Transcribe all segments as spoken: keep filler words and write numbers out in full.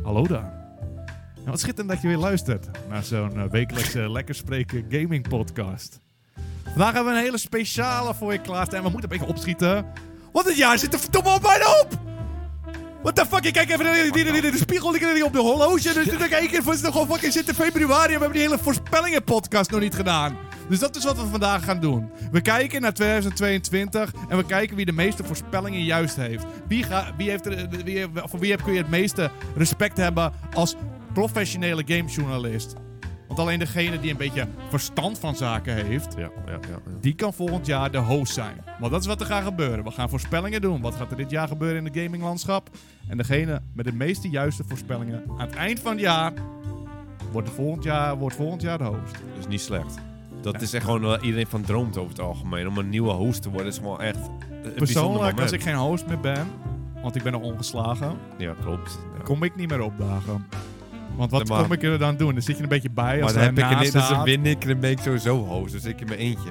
Hallo daar. Nou, wat schitterend dat je weer luistert naar zo'n uh, wekelijkse Lekker Spreken gaming podcast. Vandaag hebben we een hele speciale voor je klaarstaan en we moeten een beetje opschieten. Want het jaar zit er verdomme op bijna op! What the fuck, ik kijk even naar de, de, de spiegel, ik kijk niet op de horloge. Dus ik kijk even, het is nog gewoon fucking zitten februari en we hebben die hele voorspellingen podcast nog niet gedaan. Dus dat is wat we vandaag gaan doen. We kijken naar tweeduizend tweeëntwintig en we kijken wie de meeste voorspellingen juist heeft. Wie, ga, wie, heeft er, wie, voor wie kun je het meeste respect hebben als professionele gamejournalist? Want alleen degene die een beetje verstand van zaken heeft, ja, ja, ja, ja. die kan volgend jaar de host zijn. Want dat is wat er gaat gebeuren. We gaan voorspellingen doen. Wat gaat er dit jaar gebeuren in het gaminglandschap? En degene met de meeste juiste voorspellingen aan het eind van het jaar wordt volgend jaar, wordt volgend jaar de host. Dus niet slecht. Dat ja. is echt gewoon waar iedereen van droomt over het algemeen. Om een nieuwe host te worden is gewoon echt een persoonlijk, als ik geen host meer ben, want ik ben nog ongeslagen, ja, klopt. Ja. kom ik niet meer opdagen. Want wat maar, kom ik er dan doen? Dan zit je een beetje bij. Maar als dan heb ik een, dus een win ik en dan ben ik sowieso host. Dus ik in mijn eentje.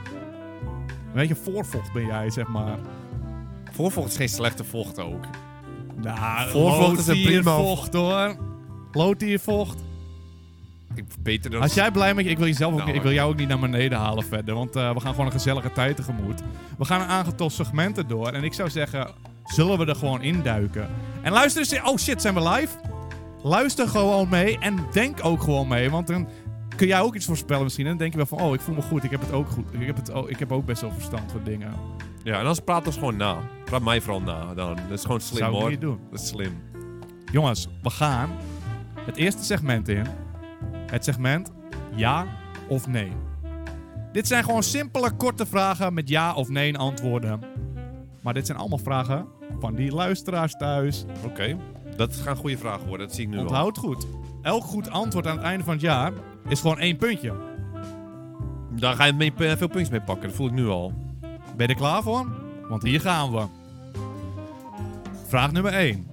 Een beetje voorvocht ben jij, zeg maar. Voorvocht is geen slechte vocht ook. Nou, voorvocht is een prima vocht hoor. Lood hier vocht. Ik beter dan... Als jij blij bent, ik wil, jezelf ook, nou, ik wil jou ook niet naar beneden halen verder. Want uh, we gaan gewoon een gezellige tijd tegemoet. We gaan een aantal segmenten door. En ik zou zeggen, zullen we er gewoon induiken. En luister eens. Oh shit, zijn we live? Luister gewoon mee en denk ook gewoon mee. Want dan kun jij ook iets voorspellen misschien. En dan denk je wel van, oh, ik voel me goed. Ik heb het ook goed. Ik heb, het, oh, ik heb ook best wel verstand van dingen. Ja, en anders praat ons gewoon na. Praat mij vooral na dan. Dat is gewoon slim, zou ik hoor. niet doen. Dat is slim. Jongens, we gaan het eerste segment in. Het segment ja of nee. Dit zijn gewoon simpele, korte vragen met ja of nee antwoorden. Maar dit zijn allemaal vragen van die luisteraars thuis. Oké. Okay. Dat gaan goede vragen worden, dat zie ik nu al. Onthoud goed. Elk goed antwoord aan het einde van het jaar is gewoon één puntje. Daar ga je mee, veel puntjes mee pakken, dat voel ik nu al. Ben je er klaar voor? Want hier gaan we. Vraag nummer één.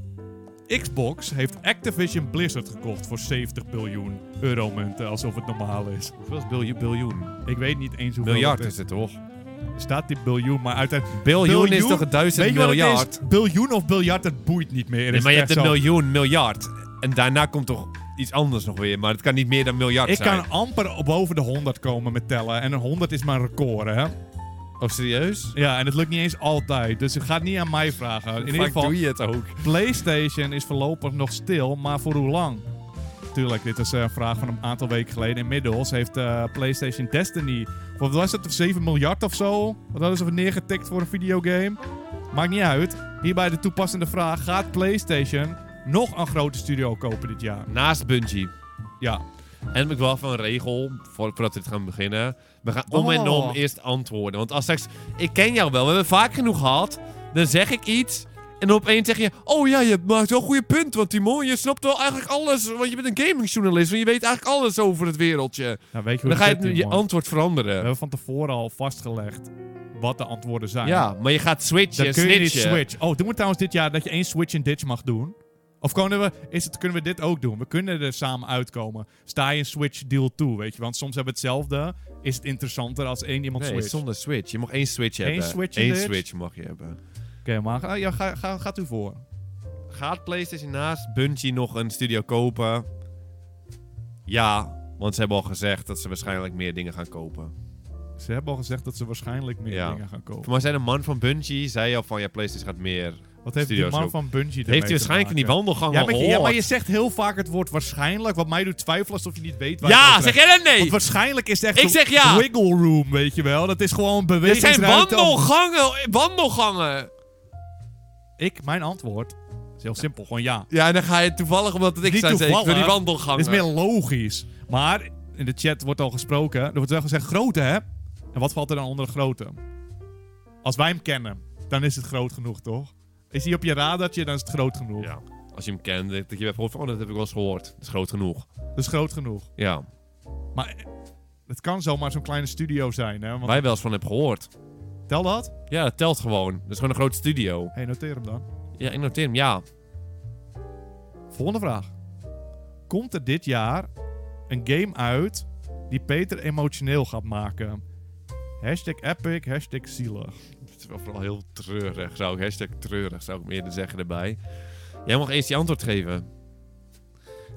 Xbox heeft Activision Blizzard gekocht voor zeventig biljoen euromunten, alsof het normaal is. Hoeveel is biljoen? biljoen? Ik weet niet eens hoeveel. Miljard het is het toch? Er staat die biljoen, maar uiteindelijk... Biljoen, biljoen is toch een duizend weet je miljard? Wat het is? Biljoen of biljart, het boeit niet meer. Nee, maar je hebt een zo... miljoen, miljard. En daarna komt toch iets anders nog weer. Maar het kan niet meer dan miljard ik zijn. Ik kan amper boven de honderd komen met tellen. En een honderd is mijn record, hè? Oh, serieus? Ja, en het lukt niet eens altijd. Dus het gaat niet aan mij vragen. In ieder geval, doe je het ook? PlayStation is voorlopig nog stil, maar voor hoe lang? Tuurlijk, dit is een vraag van een aantal weken geleden. Inmiddels heeft uh, PlayStation Destiny... Wat was het? zeven miljard of zo? Wat hadden ze neergetikt voor een videogame? Maakt niet uit. Hierbij de toepassende vraag. Gaat PlayStation nog een grote studio kopen dit jaar? Naast Bungie. Ja. En ik wil even een regel, voordat we dit gaan beginnen. We gaan om oh. en om eerst antwoorden. Want als straks... Ik ken jou wel, we hebben vaak genoeg gehad. Dan zeg ik iets... En opeens zeg je, oh ja, je maakt wel goede punt, want Timon, je snapt wel eigenlijk alles, want je bent een gamingjournalist, want je weet eigenlijk alles over het wereldje. Nou, weet je hoe dan ga je zit, het, je man. antwoord veranderen. We hebben van tevoren al vastgelegd wat de antwoorden zijn. Ja, maar je gaat switchen, Dan kun je niet snitchen. switch. Oh, doen we trouwens dit jaar dat je één switch en ditch mag doen? Of kunnen we, is het, kunnen we dit ook doen? We kunnen er samen uitkomen. Sta je een switch deal toe, weet je? Want soms hebben we hetzelfde. Is het interessanter als één iemand nee, switch? zonder switch. Je mag één switch Eén hebben. switch en Eén ditch? switch mag je hebben. Oké, okay, maar ga, ja, ga, ga, gaat u voor. Gaat PlayStation naast Bungie nog een studio kopen? Ja, want ze hebben al gezegd dat ze waarschijnlijk meer dingen gaan kopen. Ze hebben al gezegd dat ze waarschijnlijk meer ja. dingen gaan kopen. Voor mij zei de man van Bungie, zei al van ja, PlayStation gaat meer. Wat heeft die man van Bungie Heeft hij waarschijnlijk in die wandelgang ja, al maar, gehoord? ja, maar je zegt heel vaak het woord waarschijnlijk. Wat mij doet twijfelen alsof je niet weet waar ja, het zeg jij dat nee? Want waarschijnlijk is het echt ik zeg ja. wiggle room, weet je wel. Dat is gewoon bewegingsruimte. Er zijn wandelgangen, wandelgangen. Ik, mijn antwoord is heel simpel, gewoon ja. Ja, en dan ga je toevallig, omdat het ik niet zei, zeker door die wandelgangen. Het is meer logisch. Maar in de chat wordt al gesproken. Er wordt wel gezegd grote, hè? En wat valt er dan onder de grote? Als wij hem kennen, dan is het groot genoeg, toch? Is hij op je radartje, dan is het groot genoeg. Ja, als je hem kent, dat je hebt gehoord van, oh, dat heb ik wel eens gehoord. Dat is groot genoeg. Dat is groot genoeg. Ja. Maar het kan zomaar zo'n kleine studio zijn, hè? Want Waar je wel eens van hebt gehoord. tel dat? Ja, dat telt gewoon. Dat is gewoon een grote studio. Hé, hey, noteer hem dan. Ja, ik noteer hem, ja. Volgende vraag. Komt er dit jaar een game uit die Peter emotioneel gaat maken? Hashtag epic, hashtag zielig. Het is wel vooral heel treurig, zou ik. Hashtag treurig, zou ik meer zeggen erbij. Jij mag eerst je antwoord geven.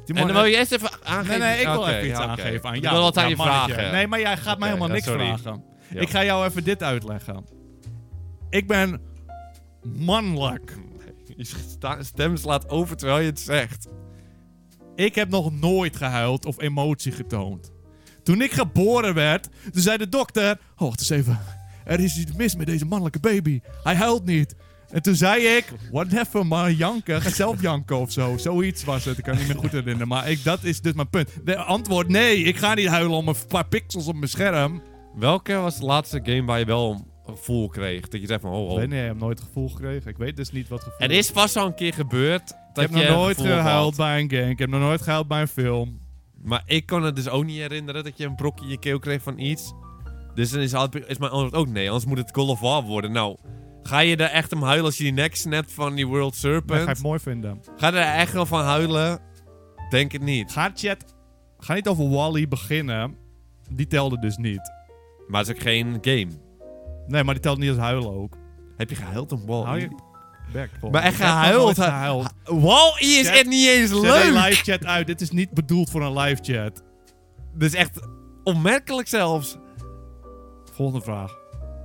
Timon, En dan wil je eerst even aangeven... Nee, nee, ik wil Oké, even iets ja, oké. aangeven aan Ik jou. wil wat aan Ja, je mannetje. vragen. Nee, maar jij gaat mij Oké, helemaal ja, niks sorry. vragen. Ja. Ik ga jou even dit uitleggen. Ik ben mannelijk. Je sta- stem slaat over terwijl je het zegt. Ik heb nog nooit gehuild of emotie getoond. Toen ik geboren werd, toen zei de dokter... Oh, wacht eens even. Er is iets mis met deze mannelijke baby. Hij huilt niet. En toen zei ik... Whatever, maar janken. Ga zelf janken of zo. Zoiets was het. Ik kan het niet meer goed herinneren. Maar ik, dat is dus mijn punt. De antwoord, nee. Ik ga niet huilen om een paar pixels op mijn scherm. Welke was de laatste game waar je wel een gevoel kreeg? Dat je zei van, oh, Ik oh. weet niet, ik heb nooit gevoel gekregen. Ik weet dus niet wat gevoel Er is vast al een keer gebeurd Ik dat heb je nog nooit gevoel gehuild had. bij een game. Ik heb nog nooit gehuild bij een film. Maar ik kon het dus ook niet herinneren dat je een brokje in je keel kreeg van iets. Dus dan is, altijd- is mijn antwoord ook nee, anders moet het Call of War worden. Nou, ga je er echt om huilen als je die nek snapt van die World Dan Serpent? ga je het mooi vinden. Ga je er echt wel van huilen? Denk het niet. Ga chat... Ga niet over Wall-E beginnen. Die telde dus niet. Maar het is ook geen game. Nee, maar die telt niet als huilen ook. Heb je gehuild om Wall-E? Hou je bek. gewoon. Maar echt Ik heb nog gehuild, nooit hè? gehuild. Wall-E is Chat- echt niet eens Zet leuk! een live chat uit. Dit is niet bedoeld voor een live chat. Dit is echt onmerkelijk zelfs. Volgende vraag.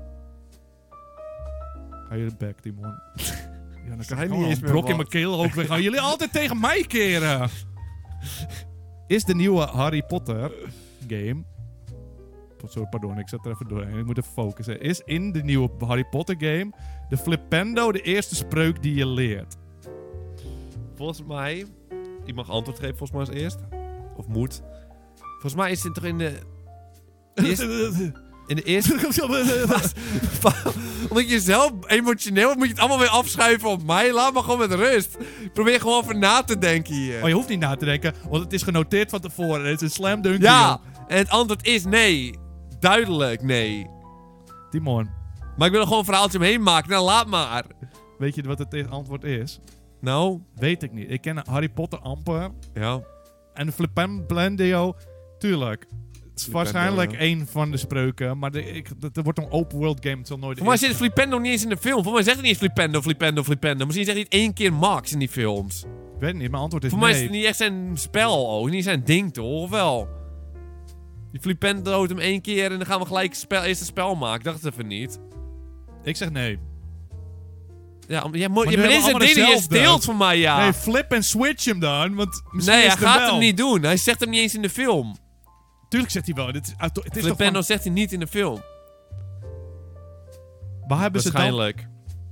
Ga je de bek, Timon? Ja, dan kan hij ik niet niet eens eens meer brok wat. in mijn keel ook weer. Gaan jullie altijd tegen mij keren? Is de nieuwe Harry Potter game... Sorry, pardon, ik zat er even doorheen. Ik moet even focussen. Is in de nieuwe Harry Potter game de Flipendo de eerste spreuk die je leert? Volgens mij... Je mag antwoord geven volgens mij als eerst. Of moet. Volgens mij is het toch in de... Eerste, in de eerste... Omdat je zelf emotioneel moet je het allemaal weer afschuiven op mij. Laat me gewoon met rust. Ik probeer gewoon over na te denken hier. Oh, je hoeft niet na te denken, want het is genoteerd van tevoren. Het is een slam dunk. Ja, en het antwoord is nee. Duidelijk nee. Timon, Maar ik wil er gewoon een verhaaltje omheen maken. Nou, laat maar. weet je wat het antwoord is? Nou? Weet ik niet. Ik ken Harry Potter amper. Ja. En de Flipendo, tuurlijk. Het is Flipendo, waarschijnlijk ja. één van de spreuken. Maar de, ik, dat, dat wordt een open world game. Het zal nooit... Voor mij zit Flipendo niet eens in de film. Voor mij zegt het niet eens Flipendo, Flipendo, Flipendo. Misschien zegt hij het één keer max in die films. Ik weet het niet. Mijn antwoord is Voor nee. mij is het niet echt zijn spel ook. Niet zijn ding toch? Of wel? Die Flipendo doet hem één keer en dan gaan we gelijk het spel, eerst een spel maken. Ik dacht het even niet. Ik zeg nee. Ja, om- ja, mo- Maar ja, nu maar dit hebben is we het ding. Je allemaal steelt dezelfde. van mij, ja. Nee, flip en switch hem dan. Want misschien Nee, is hij het gaat wel. hem niet doen. Hij zegt hem niet eens in de film. Tuurlijk zegt hij wel. Dit is, het is toch Flipendo van, zegt hij niet in de film. waar hebben ze dan? Waarschijnlijk.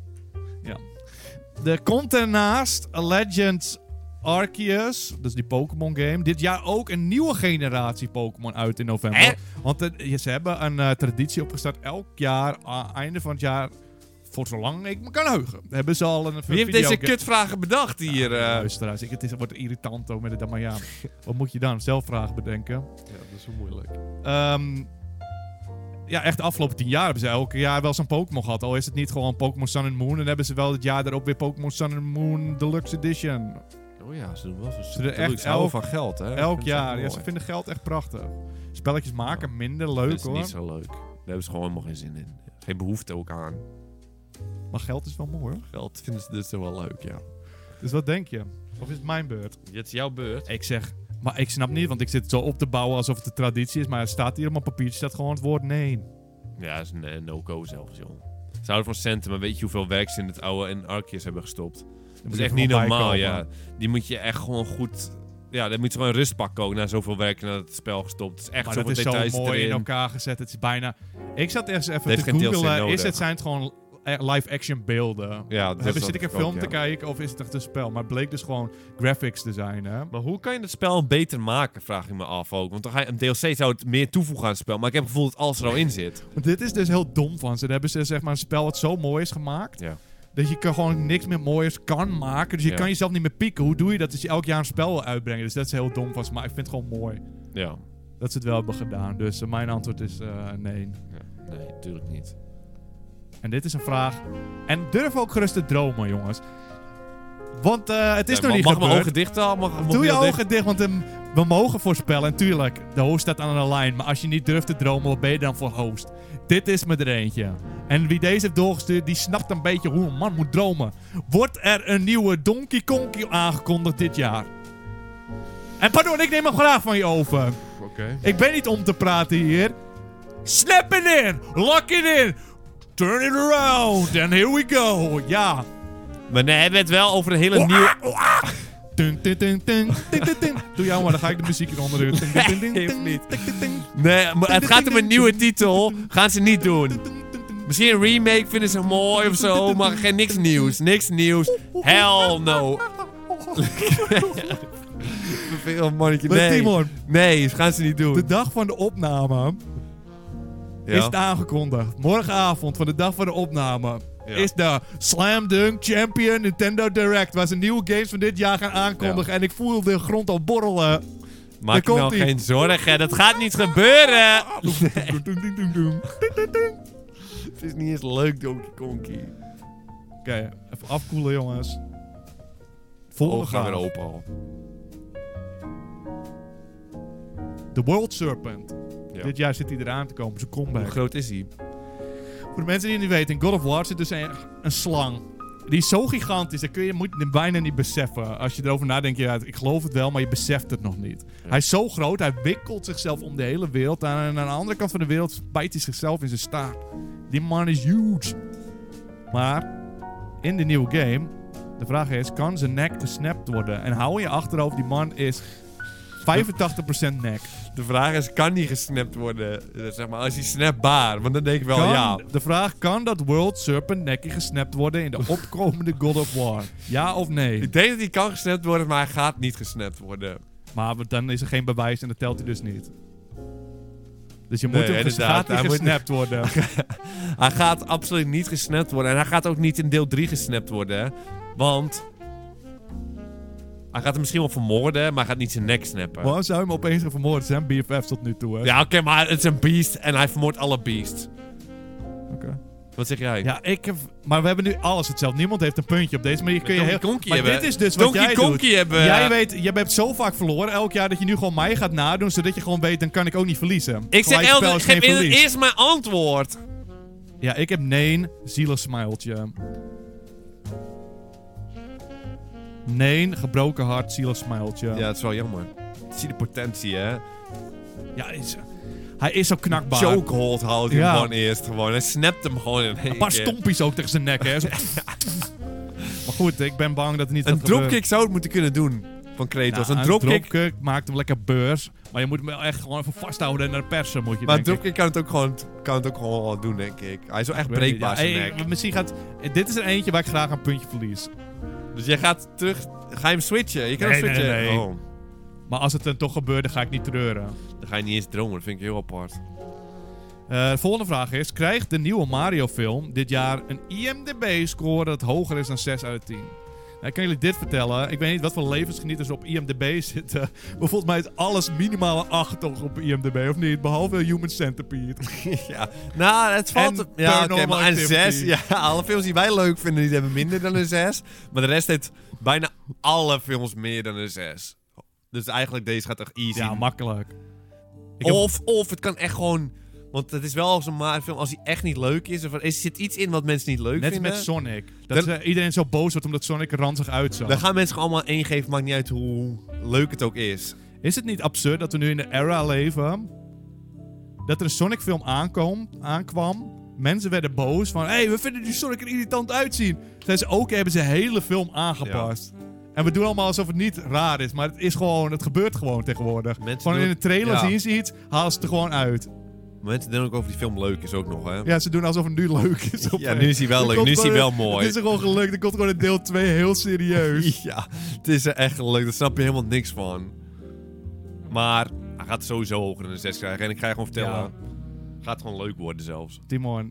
Er komt ernaast Legends Arceus, dus die Pokémon game, dit jaar ook een nieuwe generatie Pokémon uit in november. Hè? Want eh, ze hebben een eh, traditie opgestart. Elk jaar, a- einde van het jaar, voor zolang ik me kan heugen, hebben ze al een Wie heeft video- deze kutvragen bedacht hier? eh? Luisteraars, ik, het, is, het wordt irritant ook met het, maar ja, wat moet je dan? Zelf vragen bedenken. Ja, dat is wel moeilijk. Ehm, ja, echt de afgelopen tien jaar hebben ze elke jaar wel zo'n Pokémon gehad. Al is het niet gewoon Pokémon Sun and Moon. En dan hebben ze wel dit jaar daarop weer Pokémon Sun and Moon Deluxe Edition. Oh ja, ze doen wel zo. Ze doen echt Ze houden elk- van geld, hè? Ik Elk vind het jaar. echt Ja, ze mooi. vinden geld echt prachtig. Spelletjes maken, minder Dat leuk is hoor. niet zo leuk. Daar hebben ze gewoon helemaal geen zin in. Geen behoefte ook aan. Maar geld is wel mooi hoor. Geld vinden ze dus wel leuk, ja. Dus wat denk je? Of is het mijn beurt? Het is jouw beurt. Ik zeg, maar ik snap niet, want ik zit het zo op te bouwen alsof het de traditie is. Maar er staat hier op mijn papiertje staat gewoon het woord nee. Ja, dat is een no-go zelfs, joh. Ze houden van centen, maar weet je hoeveel werk ze in het oude en Arceus hebben gestopt? Dat is echt niet normaal, ja. Die moet je echt gewoon goed... Ja, dan moet je gewoon rust pakken ook na zoveel werk naar het spel gestopt. Het is echt Maar zoveel dat is zo details mooi erin. in elkaar gezet. Het is bijna... Ik zat eerst even heeft te geen D L C googlen. nodig. Is het, zijn het gewoon live-action beelden? Ja, dat Hebben, is zit ik een ook, film ja. te kijken of is het echt een spel? Maar het bleek dus gewoon graphics te zijn, hè? Maar hoe kan je het spel beter maken, vraag ik me af ook. Want dan ga je, een D L C zou het meer toevoegen aan het spel. Maar ik heb het gevoel dat alles er al in zit. Want dit is dus heel dom van ze. Dan hebben ze zeg maar een spel wat zo mooi is gemaakt. Ja. Dat je kan gewoon niks meer mooiers kan maken. Dus je Ja. kan jezelf niet meer pieken. Hoe doe je dat als je elk jaar een spel wil uitbrengen? Dus dat is heel dom van ze. Maar ik vind het gewoon mooi Ja. dat ze het wel hebben gedaan. Dus eh, mijn antwoord is eh, nee. ja. Nee, natuurlijk niet. En dit is een vraag. En durf ook gerust te dromen, jongens. Want eh, het is Ja, nog mag, niet mag gebeurd. mijn ogen dicht houden? Mag, mag Doe je heel dicht? ogen dicht, want um, we mogen voorspellen. En tuurlijk, de host staat aan de lijn. Maar als je niet durft te dromen, wat ben je dan voor host? Dit is me er eentje. En wie deze heeft doorgestuurd, die snapt een beetje hoe een man moet dromen. Wordt er een nieuwe Donkey Kong aangekondigd dit jaar? En pardon, ik neem hem graag van je over. Oké. Okay. Ik ben niet om te praten hier. Snap it in! Lock it in! Turn it around! And here we go! Ja. Maar nee, hebben we het wel over een hele nieuwe... Dun, dun, dun, dun, dun, dun, dun. Doe jou maar, dan ga ik de muziek eronder doen. Nee, heeft niet. Nee, maar het gaat om een nieuwe titel. Gaan ze niet doen. Misschien een remake vinden ze mooi of zo, maar geen niks nieuws. Niks nieuws. Hell no. Veel mannetje. Nee. Timon, Nee, gaan ze niet doen. de dag van de opname Ja. is het aangekondigd. Morgenavond van de dag van de opname Ja. is de Slam Dunk Champion Nintendo Direct, waar ze nieuwe games van dit jaar gaan aankondigen. Ja. En ik voel de grond al borrelen. Maak je Daar nou komt-ie. geen zorgen. Dat gaat niet gebeuren. Het is niet eens leuk, Donkey Konkie. Oké, even afkoelen, jongens. Oh, Volgende gaan vraag. weer open al. The World Serpent. Ja. Dit jaar zit hij eraan te komen, zijn Hoe comeback. groot is hij? Voor de mensen die het niet weten, in God of War zit dus een, een slang. Die is zo gigantisch, dat kun je moet je bijna niet beseffen. Als je erover nadenkt, ja, ik geloof het wel, maar je beseft het nog niet. Ja. Hij is zo groot, hij wikkelt zichzelf om de hele wereld. En aan de andere kant van de wereld bijt hij zichzelf in zijn staart. Die man is huge. Maar, in de nieuwe game, de vraag is, kan zijn nek gesnapt worden? En hou in je achterhoofd, die man is vijfentachtig procent nek. De vraag is, kan die gesnapt worden? Eh, Zeg maar, als hij snapbaar. Want dan denk ik wel, Kan- ja. De vraag, kan dat World Serpent nekje gesnapt worden in de opkomende God of War? Ja of nee? Ik denk dat hij kan gesnapt worden, maar hij gaat niet gesnapt worden. Maar dan is er geen bewijs en dat telt hij dus niet. Dus je Nee, moet hem ges- inderdaad, gaat hij hij moet- gesnapt worden. Hij gaat absoluut niet gesnapt worden. En hij gaat ook niet in deel drie gesnapt worden. Hè. Want... Hij gaat hem misschien wel vermoorden, maar hij gaat niet zijn nek snappen. Waarom zou je hem opeens gaan vermoorden? Zijn B F F's tot nu toe, hè? Ja, oké, maar het is een beest en hij vermoordt alle beasts. Oké. Wat zeg jij? Ja, ik heb... Maar we hebben nu alles hetzelfde. Niemand heeft een puntje op deze manier. Kun je Donkey heel... Konkie Maar hebben. dit is dus wat Donkey jij Konkie doet. hebben. Jij weet, je hebt zo vaak verloren elk jaar dat je nu gewoon mij gaat nadoen, zodat je gewoon weet, dan kan ik ook niet verliezen. Ik zeg Gelijkspel elke, is geef geen in- verlies. eerst mijn antwoord. Ja, ik heb nee, zielig smiletje. Nee, gebroken hart, zielig smiletje. Ja, dat is wel jammer. Zie de potentie, hè? Ja, is, hij is zo knakbaar. Chokehold houdt hij Ja. hem gewoon eerst gewoon. Hij snapt hem gewoon in één Een paar keer. stompies ook tegen zijn nek, hè. Zo- Maar goed, ik ben bang dat het niet Een gaat gebeuren. dropkick zou het moeten kunnen doen. Van Kratos. Ja, een dropkick... dropkick maakt hem lekker beurs. Maar je moet hem wel echt gewoon even vasthouden en naar persen, moet je Maar een denken. dropkick kan het ook gewoon, kan het ook gewoon wel doen, denk ik. Hij is wel echt breekbaar, Ja, zijn hey, nek. Misschien gaat... Dit is er eentje waar ik graag een puntje verlies. Dus jij gaat terug... Ga je hem switchen? Je kan Nee, hem nee, switchen. nee. Oh, Maar als het dan toch gebeurt, dan ga ik niet treuren. dan ga je niet eens dromen. Dat vind ik heel apart. Eh, de volgende vraag is... Krijgt de nieuwe Mario-film dit jaar een I M D B-score dat hoger is dan zes uit tien? Nou, ik kan jullie dit vertellen. Ik weet niet wat voor levensgenieters op I M D B zitten. Maar volgens mij is alles minimaal een acht toch op I M D B, of niet? Behalve Human Centipede. Ja, nou, het valt... En ja, oké, Paranormal maar een Activity. zes... Ja, alle films die wij leuk vinden, die hebben minder dan een zes. Maar de rest heeft bijna alle films meer dan een zes. Dus eigenlijk deze gaat echt easy. Ja, makkelijk. Ik heb- Of, of het kan echt gewoon... Want het is wel zo'n Mario film, als die echt niet leuk is... Of er zit iets in wat mensen niet leuk Net vinden... met Sonic. Dat Dan- ze- iedereen zo boos wordt omdat Sonic er ranzig uitzag. dan gaan mensen gewoon allemaal één geven, maakt niet uit hoe leuk het ook is. Is het niet absurd dat we nu in de era leven... dat er een Sonic film aankwam, aankwam... Mensen werden boos van... Hé, hey, we vinden die Sonic er irritant uitzien. Zijn ze ook, hebben ze de hele film aangepast. En we doen allemaal alsof het niet raar is. Maar het is gewoon... Het gebeurt gewoon tegenwoordig. Mensen Gewoon doen- in de trailer ja. zien ze iets... Halen ze het er gewoon uit. Mensen denken ook over die film leuk is ook nog, hè? Ja, ze doen alsof het nu leuk is. Ja, opeens. nu is hij wel Er leuk. komt Nu is hij gewoon- wel mooi. Het is er gewoon gelukt. Er komt gewoon in deel twee heel serieus. Ja, het is echt leuk. Daar snap je helemaal niks van. Maar hij gaat sowieso hoger dan een zes krijgen. En ik ga je gewoon vertellen. Ja. Gaat gewoon leuk worden zelfs. Timon.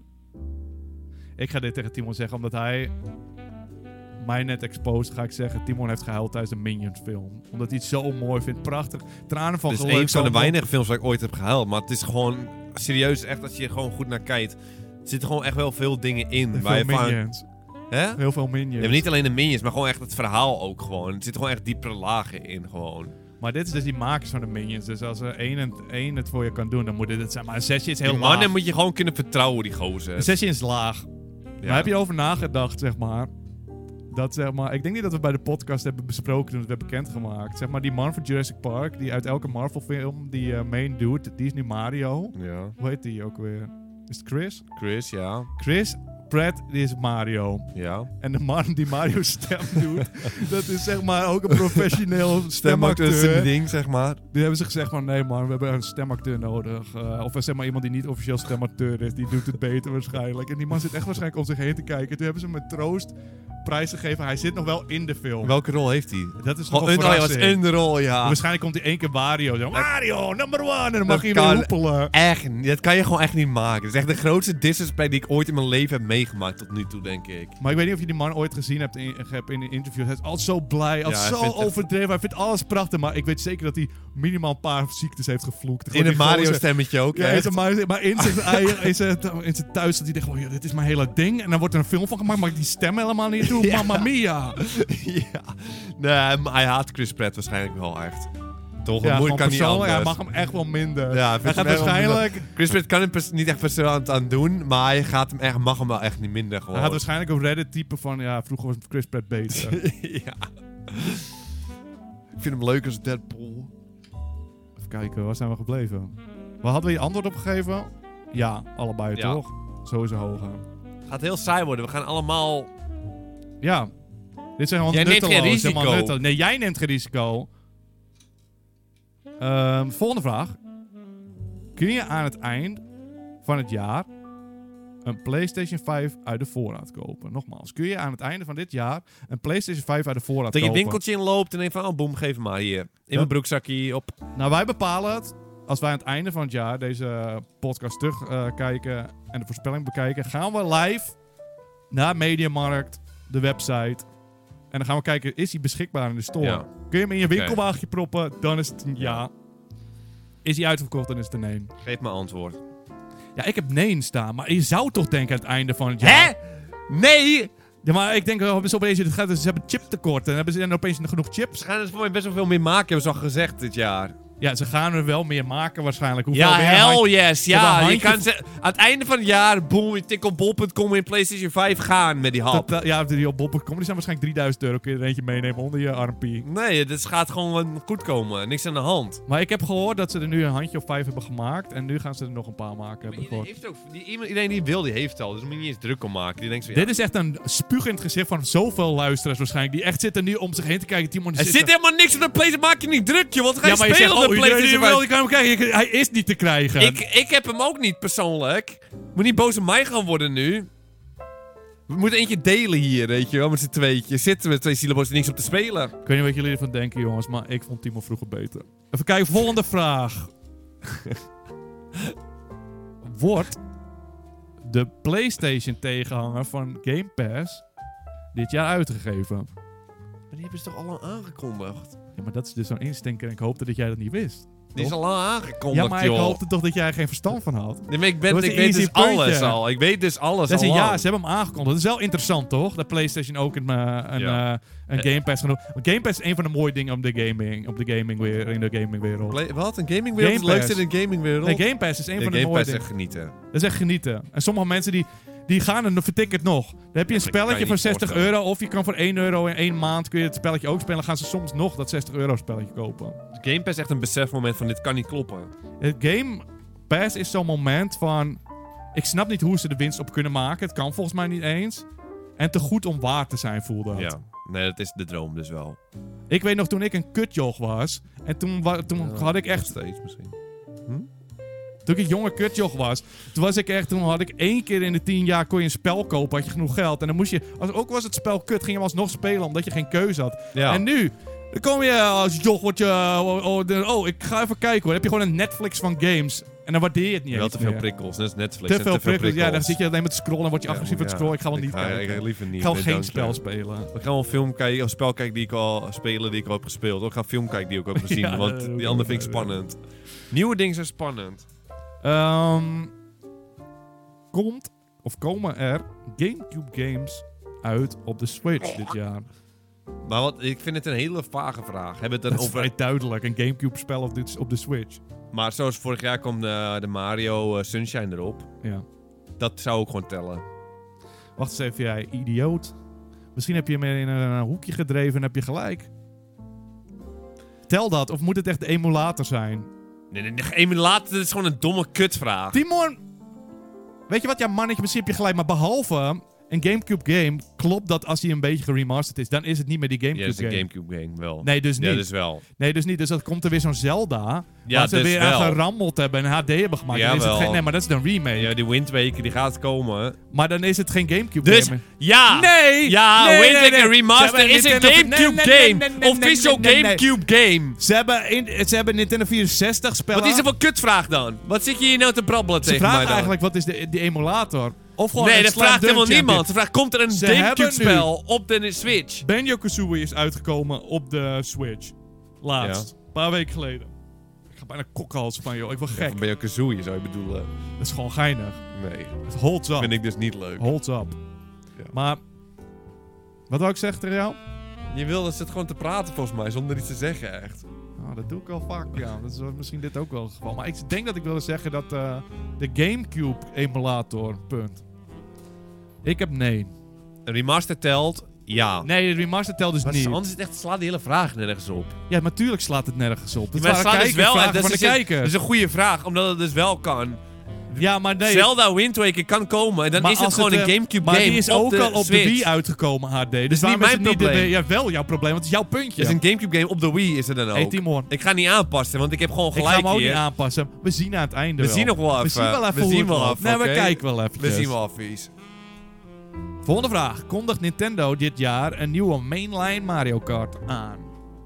Ik ga dit tegen Timon zeggen, omdat hij mij net exposed, ga ik zeggen. Timon heeft gehuild tijdens de Minions film. Omdat hij het zo mooi vindt. Prachtig. Tranen van Het is geluk. een van de komen op. weinige films waar ik ooit heb gehuild. Maar het is gewoon serieus echt als je er gewoon goed naar kijkt. Er zitten gewoon echt wel veel dingen in. Heel waar je veel van, Minions. hè? Heel veel Minions. Ja, maar niet alleen de minions, maar gewoon echt het verhaal ook gewoon. Er zitten gewoon echt diepere lagen in gewoon. Maar dit is dus die makers van de Minions. Dus als er één, en, één het voor je kan doen, dan moet dit het zijn. Maar een zesje is heel Die laag. mannen moet je gewoon kunnen vertrouwen, die gozer. Een zesje is laag. Ja. Maar heb je erover nagedacht, zeg maar... Dat zeg maar, ik denk niet dat we bij de podcast hebben besproken toen het werd bekendgemaakt. Zeg maar, die man van Jurassic Park, die uit elke Marvel film, die uh, main dude, die is nu Mario. Ja. Hoe heet die ook weer? Is het Chris? Chris, ja. Chris Pratt, die is Mario. Ja. En de man die Mario stem doet, dat is zeg maar ook een professioneel Stemacteur. Dat is stemacteur. een ding, zeg maar. Die hebben ze gezegd van, nee man, we hebben een stemacteur nodig. Uh, of zeg maar iemand die niet officieel stemacteur is, die doet het beter waarschijnlijk. En die man zit echt waarschijnlijk om zich heen te kijken. Toen hebben ze hem met troost prijs gegeven. Hij zit nog wel in de film. Welke rol heeft hij? Dat is nog Oh, een een, oh, ja, was verrassing. een rol, ja. Waarschijnlijk komt hij één keer Mario. Zo, Mario, number one. En dan mag Dat hij weer kan hoepelen. Echt, dat kan je gewoon echt niet maken. Dat is echt de grootste disrespect die ik ooit in mijn leven heb meegemaakt tot nu toe, denk ik. Maar ik weet niet of je die man ooit gezien hebt in, hebt in een interview. Hij is altijd zo blij, altijd Ja, hij zo vindt echt- overdreven. Hij vindt alles prachtig. Maar ik weet zeker dat hij minimaal een paar ziektes heeft gevloekt. In Gewoon het die gozer- Mario-stemmetje ook, Ja, in echt. zijn Mario- maar in zijn, eigen, in, zijn, in zijn thuis dat hij denkt, oh ja, dit is mijn hele ding. En dan wordt er een film van gemaakt, maar ik die stem helemaal niet toe. Ja. Mamma mia. Ja. Nee, maar hij haat Chris Pratt waarschijnlijk wel echt. Toch? Ja, Ja, gewoon kan niet persoonlijk, hij anders. mag hem echt wel minder. Ja, hij vindt gaat hem echt wel waarschijnlijk... Chris Pratt kan hem pers- niet echt persoonlijk aan doen, maar hij gaat hem echt, mag hem wel echt niet minder gewoon. Hij gaat waarschijnlijk op Reddit typen van, ja, vroeger was Chris Pratt beter. Ja. Ik vind hem leuk als Deadpool. Even kijken, waar zijn we gebleven? Waar hadden we je antwoord op gegeven? Ja, allebei Ja. toch? Sowieso hoger. Het gaat heel saai worden. We gaan allemaal... Ja. Dit zijn gewoon Jij neemt nutteloos. geen risico. helemaal nutteloos. Nee, jij neemt geen risico. Ehm, volgende vraag. Kun je aan het eind van het jaar een PlayStation vijf uit de voorraad kopen? Nogmaals, kun je aan het einde van dit jaar een PlayStation vijf uit de voorraad Dat je kopen? een winkeltje inloopt en denkt van, oh boem, geef hem maar hier. In Ja. mijn broekzakje op. Nou, wij bepalen het. Als wij aan het einde van het jaar deze podcast terugkijken kijken en de voorspelling bekijken, gaan we live naar Mediamarkt, de website. En dan gaan we kijken, is hij beschikbaar in de store? Ja. Kun je hem in je Oké. winkelwagentje proppen? Dan is het een ja. Is hij uitverkocht, dan is het een nee. Geef me antwoord. Ja, ik heb nee staan, maar je zou toch denken aan het einde van het jaar... Hè? Nee! Ja, maar ik denk, oh, zo opeens, het gaat, dus ze hebben chiptekort en hebben ze dan opeens nog genoeg chips? Ze gaan er voor mij best wel veel meer maken, hebben ze al gezegd dit jaar. Ja, ze gaan er wel meer maken waarschijnlijk. Hoeveel Ja, weer een hand- hell yes. Ze hebben Ja, een je handje kan ze, aan het einde van het jaar, boom, je tik op bol punt com in PlayStation vijf gaan met die hap. Dat, uh, ja, die op Bob komen, die zijn waarschijnlijk drieduizend euro. Kun je er eentje meenemen onder je armpie. Nee, dit gaat gewoon goed komen. Niks aan de hand. Maar ik heb gehoord dat ze er nu een handje of vijf hebben gemaakt. En nu gaan ze er nog een paar maken. Heb ik iedereen, gehoord. heeft ook, die, iemand- iedereen die wil, die heeft al. Dus daar moet je niet eens druk om maken. Die denkt zo, ja. Dit is echt een spuug in het gezicht van zoveel luisteraars waarschijnlijk. Die echt zitten nu om zich heen te kijken. Timon, die Er zitten- zit helemaal niks op de PlayStation. Maak je niet druk, joh. Want dan ga je Ja, maar je spelen zegt, op de oh, iedereen die PlayStation wil, vijf. die kan hem kijken. Hij is niet te krijgen. Ik, ik heb hem ook niet, persoonlijk. Moet niet boos op mij gaan worden nu. We moeten eentje delen hier, weet je wel, met z'n tweetjes. Zitten we twee syllabo's niks op te spelen. Ik weet niet wat jullie ervan denken, jongens. Maar ik vond Timo vroeger beter. Even kijken, volgende vraag. Wordt de PlayStation tegenhanger van Game Pass dit jaar uitgegeven? Maar die hebben ze toch al lang aangekondigd? Ja, maar dat is dus zo'n instinker en ik hoopte dat jij dat niet wist. Die is Toch? al lang aangekondigd, Ja, maar joh. ik hoopte toch dat jij er geen verstand van had. Nee, maar ik, ben, Dat was ik een weet easy dus alles puntje. al. Ik weet dus alles Dat is al een ja, lang. ze hebben hem aangekondigd. Dat is wel interessant, toch? Dat PlayStation ook een, eh, een, Ja. eh, een Game Pass genoemd. Want Game Pass is een van de mooie dingen op de gaming, op de gaming weer, in de gamingwereld. Play- wat? Een gamingwereld? Game Het leukste Pass. in de gamingwereld? Nee, Game Pass is een Ja, van de Game mooie Pass is dingen. echt genieten. Dat is echt genieten. En sommige mensen die, die gaan en vertikken het nog. Dan heb je een dat kan spelletje je voor niet zestig voorstellen. euro. Of je kan voor één euro in één maand kun je het spelletje ook spelen. Dan gaan ze soms nog dat zestig euro spelletje kopen. Game Pass is echt een besefmoment van dit kan niet kloppen. Het Game Pass is zo'n moment van... Ik snap niet hoe ze de winst op kunnen maken. Het kan volgens mij niet eens. En te goed om waar te zijn voelde het. Ja. Nee, dat is de droom dus wel. Ik weet nog toen ik een kutjoch was. En toen, wa- toen Ja, had ik nog echt... steeds misschien. Toen ik een jonge kutjoch was. Toen was ik echt... Toen had ik één keer in de tien jaar kon je een spel kopen. Had je genoeg geld. En dan moest je... Als, ook was het spel kut, ging je hem alsnog spelen. Omdat je geen keuze had. Ja. En nu... Dan kom je als joch, word je... Oh, oh, de- oh, ik ga even kijken hoor. Dan heb je gewoon een Netflix van games. En dan waardeer je het niet wel eens te veel meer. prikkels. Net als Netflix. Te en veel prikkels. Ja, dan zit je alleen maar te scrollen en word je Ja, agressief aan het ja. scrollen. Ik ga wel Ik niet ga- kijken. Ik ga liever niet. Ik ga wel Nee, geen dank je. spel spelen. Ik ga wel een film kijken, een spel kijken die ik al spelen, die ik al heb gespeeld. Ik ga een film kijken die ik ook heb gezien, Ja, want dat die ook andere wel, vind ik ja. spannend. Nieuwe dingen zijn spannend. Ehm, komt of komen er Gamecube games uit op de Switch dit jaar? Maar wat, ik vind het een hele vage vraag. Hebben we het Dat dan is over... vrij duidelijk. Een Gamecube spel op de, op de Switch. Maar zoals vorig jaar kwam de, de Mario eh, Sunshine erop. Ja. Dat zou ook gewoon tellen. Wacht eens even, jij idioot. Misschien heb je hem in een, een hoekje gedreven en heb je gelijk. Tel dat, of moet het echt de emulator zijn? Nee, nee, nee, emulator, dat is gewoon een domme kutvraag. Timon! Weet je wat? Ja, mannetje, misschien heb je gelijk. Maar behalve een Gamecube game, klopt dat als hij een beetje geremasterd is, dan is het niet meer die Ja, Gamecube dat is een game. Gamecube game, wel. Nee, dus niet. Ja, dus wel. Nee, dus niet. Dus dat komt er weer zo'n Zelda. Ja, waar ze dus weer wel. aan gerammeld hebben en H D hebben gemaakt. Dan is het Jawel. geen, nee, maar dat is een remake. Ja, die Wind Waker, die gaat komen. Maar dan is het geen Gamecube Dus, game. ja! Nee! Ja, nee, Wind nee, Waker nee. Remaster Ze hebben is een Nintendo- Gamecube nee, nee, game! nee, nee, nee, Official nee, nee, nee. Gamecube game! Ze hebben, in, ze hebben Nintendo vierenzestig spellen. Wat is er voor kutvraag dan? Wat zit je hier nou te brabbelen Ze tegen mij vragen dan? eigenlijk, wat is de, die emulator? Of gewoon Nee, een dat Slam vraagt Dunk helemaal Champion. niemand. Ze vraagt, komt er een Ze hebben Gamecube-spel op de Switch? Banjo-Kazooie is uitgekomen op de Switch. Laatst. Een paar weken geleden. Ik ga bijna kokhalsen van, joh. Ik word gek. Of ben je Kazooie, zou je bedoelen? Dat is gewoon geinig. Nee, Het holds up. vind ik dus niet leuk. Holds up. Ja. Maar, wat wou ik zeggen tegen jou? Je wilde zit gewoon te praten volgens mij, zonder iets te zeggen, echt. Nou, dat doe ik al vaak, ja. Dat is wel misschien dit ook wel het geval. Maar ik denk dat ik wilde zeggen dat uh, de Gamecube emulator, punt. Ik heb nee. Een remaster telt, ja. Nee, de remaster telt dus Maar niet. anders is het echt, slaat die hele vraag nergens op. Ja, natuurlijk slaat het nergens op. Dat maar het waren slaat dus kijkers, wel, vragen dat van is, de een, kijkers. dat is een goede vraag, omdat het dus wel kan. Ja, maar nee. Zelda Wind Waker kan komen en dan Maar is het als gewoon het, een eh, Gamecube maar game die is op ook de al op Switch. de Wii uitgekomen, H D. Dus is niet waarom mijn het niet de, probleem. ja, wel jouw probleem, want het is jouw puntje. Het is een Gamecube game op de Wii is er dan ook. Hey Timon, Ik ga niet aanpassen, want ik heb gewoon ik ga gelijk hem ook hier. niet aanpassen. We zien aan het einde We wel. zien nog wel even. We zien wel even We hoe zien het wel loopt. even, Nee, oké? we kijken wel even. We zien wel even. Volgende vraag. Kondigt Nintendo dit jaar een nieuwe mainline Mario Kart aan?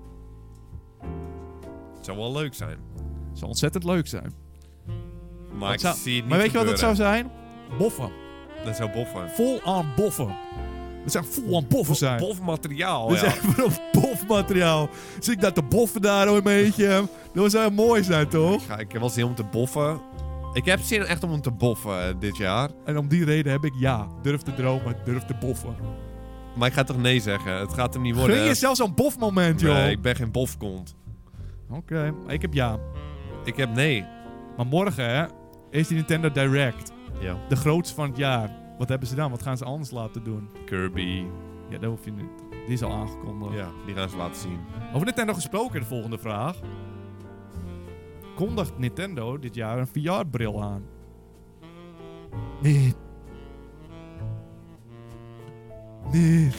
Het zou wel leuk zijn. Dat zou ontzettend leuk zijn. Maar Wat ik zou- zie het niet Maar weet je wat het zou gebeuren. zijn? Boffen. Dat zou boffen. Vol aan boffen. Dat zou vol aan boffen zijn. Bof materiaal, Dat is ja. echt van bofmateriaal. Zie ik dat de boffen daar een beetje. Dat zou mooi zijn, toch? Ga, ik heb wel zin om te boffen. Ik heb zin echt om hem te boffen eh, dit jaar. En om die reden heb ik ja. Durf te dromen, durf te boffen. Maar ik ga toch nee zeggen. Het gaat hem niet worden. Gun jezelf zo'n bofmoment, joh. Nee, ik ben geen bofkont. Oké, ik heb ja. Ik heb nee. Maar morgen, hè, is die Nintendo Direct. Ja. De grootste van het jaar. Wat hebben ze dan? Wat gaan ze anders laten doen? Kirby. Ja, dat hoef je niet. Die is al aangekondigd. Ja, die gaan ze laten zien. Over Nintendo gesproken, de volgende vraag. Kondigt Nintendo dit jaar een V R-bril aan? Nee. Nee.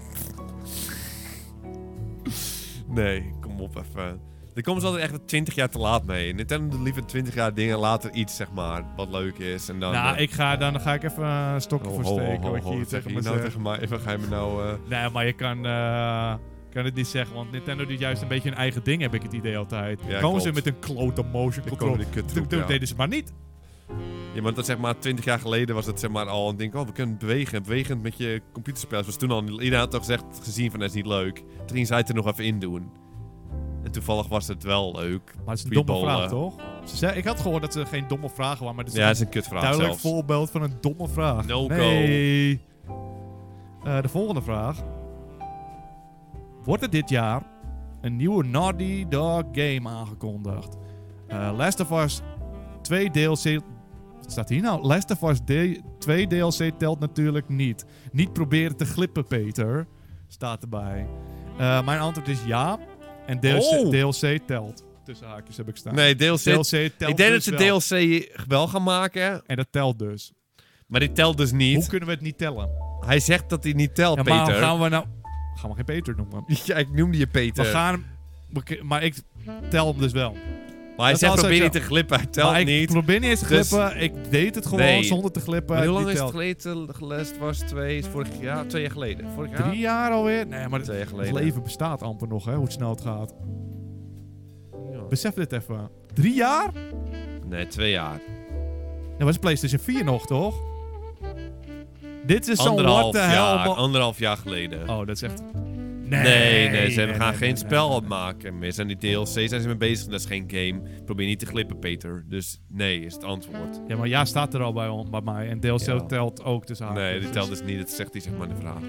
Nee, kom op even. Daar komen ze altijd echt twintig jaar te laat mee. Nintendo doet liever twintig jaar dingen, later iets, zeg maar, wat leuk is. En dan, Nou, eh, ik ga, dan ga ik even een stokje ho, voor ho, ho, steken. ho, Wat je ho, hier wat zeg tegen je me nou zegt. tegen mij? Even ga je me nou... eh, Nee, maar je kan, eh, kan het niet zeggen, want Nintendo doet juist een beetje hun eigen ding, heb ik het idee altijd. Ja, Komen ze klopt. met een klote motion Dan control. komen die kuttroep, Dat ja. deden ze maar niet. Ja, maar dat zeg maar twintig jaar geleden was het zeg maar al een ding. Oh, we kunnen bewegen. Bewegend met je computerspel. Dat was toen al... Iedereen had toch gezegd, gezien van dat is niet leuk. Toen ging zij het er nog even in doen. En toevallig was het wel leuk. Maar het is een Goeie domme ballen. vraag, toch? Ze zei, ik had gehoord dat ze geen domme vragen waren, maar dit is Ja, dat een is een kutvraag duidelijk zelfs. voorbeeld van een domme vraag. No go. nee. Eh, de volgende vraag. Wordt er dit jaar een nieuwe Naughty Dog game aangekondigd? Eh, Last of Us twee D L C... Wat staat hier nou? Last of Us D- twee D L C telt natuurlijk niet. Niet proberen te glippen, Peter. Staat erbij. Eh, mijn antwoord is ja. En D L C, Oh. D L C telt. Tussen haakjes heb ik staan. Nee, D L C... D L C telt Ik denk dat dus ze wel. D L C wel gaan maken. En dat telt dus. Maar die telt dus niet. Hoe kunnen we het niet tellen? Hij zegt dat hij niet telt, Ja, maar Peter. gaan we nou... Gaan we geen Peter noemen? Ja, ik noemde je Peter. We gaan hem... we- Maar ik tel hem dus wel. Maar hij Dat zegt als probeer ik- niet te glippen. Hij telt maar ik niet. probeer niet eens te Dus- glippen. Ik deed het gewoon Nee. zonder te glippen. Maar hoe lang Die is het telt. geleden gelest was? Twee, is vorig jaar? Twee jaar geleden. Vorig jaar? Drie jaar alweer? Nee, maar Twee jaar het geleden. leven bestaat amper nog, hè. Hoe snel het gaat. Ja. Besef dit even. Drie jaar? Nee, twee jaar. Dat was PlayStation vier nog, toch? Dit is zo'n what Anderhalf the hell. jaar. mo- Anderhalf jaar geleden. Oh, dat is echt... Nee, nee, ze nee, gaan nee, geen nee, spel nee. opmaken meer. Zijn die D L C zijn ze mee bezig, dat is geen game. Probeer niet te glippen, Peter. Dus nee, is het antwoord. Ja, maar ja staat er al bij, on- bij mij. En D L C Ja. telt ook tussen haakjes. Nee, die Dus- telt dus niet. Dat zegt hij zeg maar in de vraag.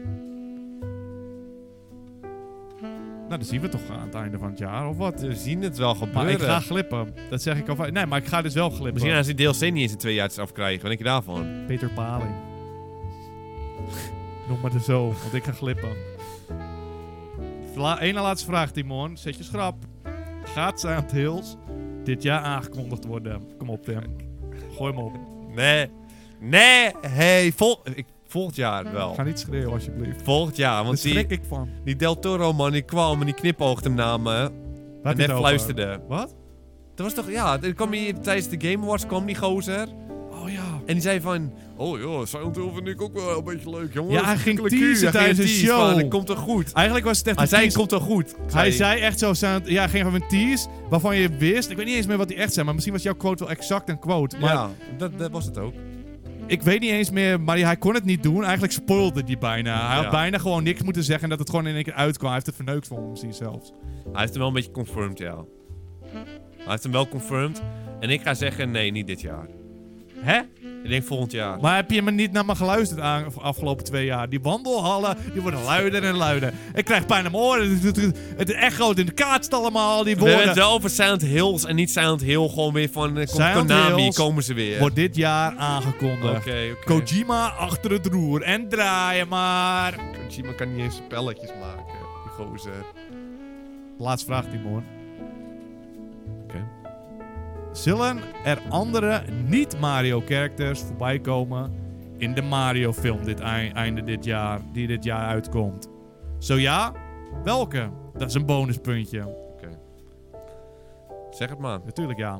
Nou, dat zien we toch aan het einde van het jaar, of wat? We zien het wel gebeuren. Maar ik ga glippen. Dat zeg ik al van... Nee, maar ik ga dus wel glippen. Misschien als die D L C niet eens in twee jaar afkrijgen. Wat denk je daarvan? Peter Paling. Noem maar het zo, want ik ga glippen. La- Ene laatste vraag, Timon. Zet je schrap. Gaat Silent Hills dit jaar aangekondigd worden? Kom op, Tim. Gooi hem op. Nee. Nee. Hey, vol ik, volgend jaar wel. Ga niet schreeuwen, alsjeblieft. Volgend jaar, Daar want schrik die, ik van. die Del Toro man, die kwam en die knipoogde hem naar me. Waar En heb je net het over? fluisterde. Wat? Dat was toch, ja, er kwam die, tijdens de Game Awards kwam die gozer. Oh ja. En die zei van, oh joh, Silent Hill vind ik ook wel een beetje leuk, jongen. Ja, hij ging Kikkele teasen Q. Hij tijdens ging de teasen show. van, dat komt toch goed. Eigenlijk was het echt Hij een zei, tease. komt toch goed. Hij zei echt zo, Silent- ja, hij ging even een tease waarvan je wist. Ik weet niet eens meer wat hij echt zei, maar misschien was jouw quote wel exact een quote. Maar ja, dat, dat was het ook. ik weet niet eens meer, maar hij kon het niet doen. Eigenlijk spoilde hij bijna. Hij Ja. had bijna gewoon niks moeten zeggen en dat het gewoon in één keer uitkwam. Hij heeft het verneukt voor hem misschien zelfs. Hij heeft hem wel een beetje confirmed, ja. Hij heeft hem wel confirmed. En ik ga zeggen, nee, niet dit jaar. Hè? Ik denk volgend jaar. Maar heb je me niet naar me geluisterd aan de afgelopen twee jaar? Die wandelhallen, die worden luider en luider. Ik krijg pijn aan mijn oren. Het, het, het echoot in de kaartst allemaal, die We hebben het woorden. wel over Silent Hills en niet Silent Hill. Gewoon weer van uh, Silent Konami Hills komen ze weer. Wordt dit jaar aangekondigd. Oké, oké. Kojima achter het roer en draaien maar. Kojima kan niet eens spelletjes maken. Die gozer. Laatste vraag, Timon. Oké. Zullen er andere niet-Mario-characters voorbij komen in de Mario-film dit ei- einde dit jaar, die dit jaar uitkomt? Zo ja, welke? Dat is een bonuspuntje. Oké. Zeg het maar. Natuurlijk ja.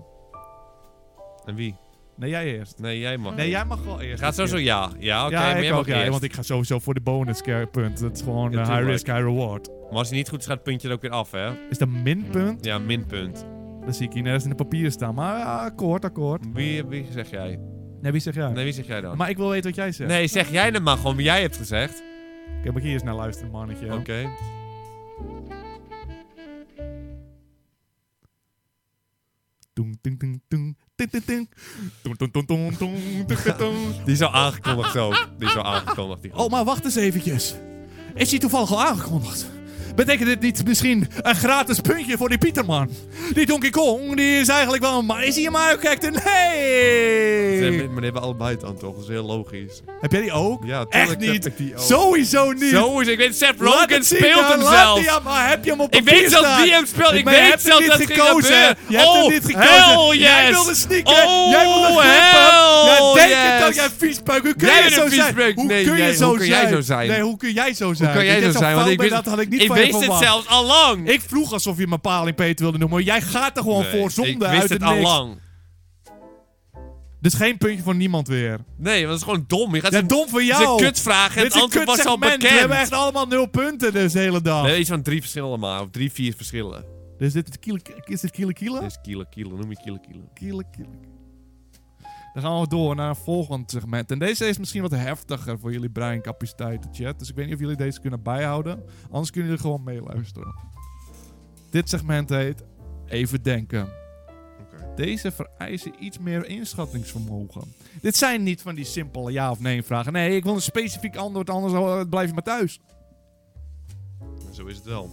En wie? Nee, jij eerst. Nee, jij mag. Nee, jij mag wel eerst. Gaat sowieso ja. Ja, oké. ja, maar ik jij ook, mag ja, eerst. want ik ga sowieso voor de bonuspunt. Het is gewoon Ja, eh, high tuurlijk. risk, high reward. Maar als hij niet goed is, gaat het puntje er ook weer af, hè? Is dat minpunt? Ja, minpunt. Dan zie ik hier nergens in de papieren staan. Maar ja, akkoord, akkoord. Wie, wie zeg jij? Nee, wie zeg jij? Nee, wie zeg jij dan? Maar ik wil weten wat jij zegt. Nee, zeg jij het maar gewoon wie jij hebt gezegd. Oké, moet ik hier eens naar luisteren, mannetje. Oké. Toeng, toeng, toeng, toeng, ting, ting, ting. Toeng, toeng, toeng, toeng, toeng, toeng, toeng, toeng. Die is al aangekondigd ook. Die is al aangekondigd. Die Oh, maar wacht eens eventjes. Is hij toevallig al aangekondigd? Betekent dit niet misschien een gratis puntje voor die Pieterman? Die Donkey Kong, die is eigenlijk wel een... Maar is hij een Mario character? Ze Nee! hebben, maar die hebben allebei dan toch? Dat is heel logisch. Heb jij die ook? Ja, Echt tuurlijk niet. heb ik die ook. Sowieso niet. Zo is, ik weet, Seth Laat Rogen het zien speelt dan, hem laat zelf. die aan- maar heb je hem op Ik papier weet zelfs staan? wie hem speelt. Ik Maar je weet hebt zelfs hem dat niet het ging gekozen. gebeuren. Je hebt Oh, hem niet gekozen. hell Jij yes. wilde sneaken. Oh, jij wilde glippen. hell Jij denkt het yes. ook, jij viespeuk. Hoe kun Jij je bent zo een zijn? viespeuk. Hoe Nee, kun je nee, zo hoe kun jij zijn? zo zijn? Nee, hoe kun jij zo zijn? Hoe kan jij Dat zo jij zijn? Want fout ik bent, wist, dat had ik niet ik van je wist het verwacht. zelfs al lang. Ik vroeg alsof je mijn paling Peter wilde noemen. Maar jij gaat er gewoon Nee, voor zonde ik wist uit het het al niks. lang. Dus geen puntje voor niemand weer. Nee, want dat is gewoon dom. Je gaat Ja, zo'n dom voor zo'n jou. kutvraag en Dit het is een antwoord was al kutsegment. bekend. We hebben echt allemaal nul punten dus de hele dag. Nee, iets van drie verschillen maar. Of drie, vier verschillen. Dus dit is kiele, is dit kiele kiele? Dit is kilo, kilo. Noem je kilo, kilo. Kiele kiele. Dan gaan we door naar een volgend segment. En deze is misschien wat heftiger voor jullie breincapaciteit, chat. Dus ik weet niet of jullie deze kunnen bijhouden. Anders kunnen jullie gewoon meeluisteren. Dit segment heet Even Denken. Deze vereisen iets meer inschattingsvermogen. Dit zijn niet van die simpele ja of nee vragen. Nee, ik wil een specifiek antwoord, anders uh, blijf je maar thuis. Zo is het wel.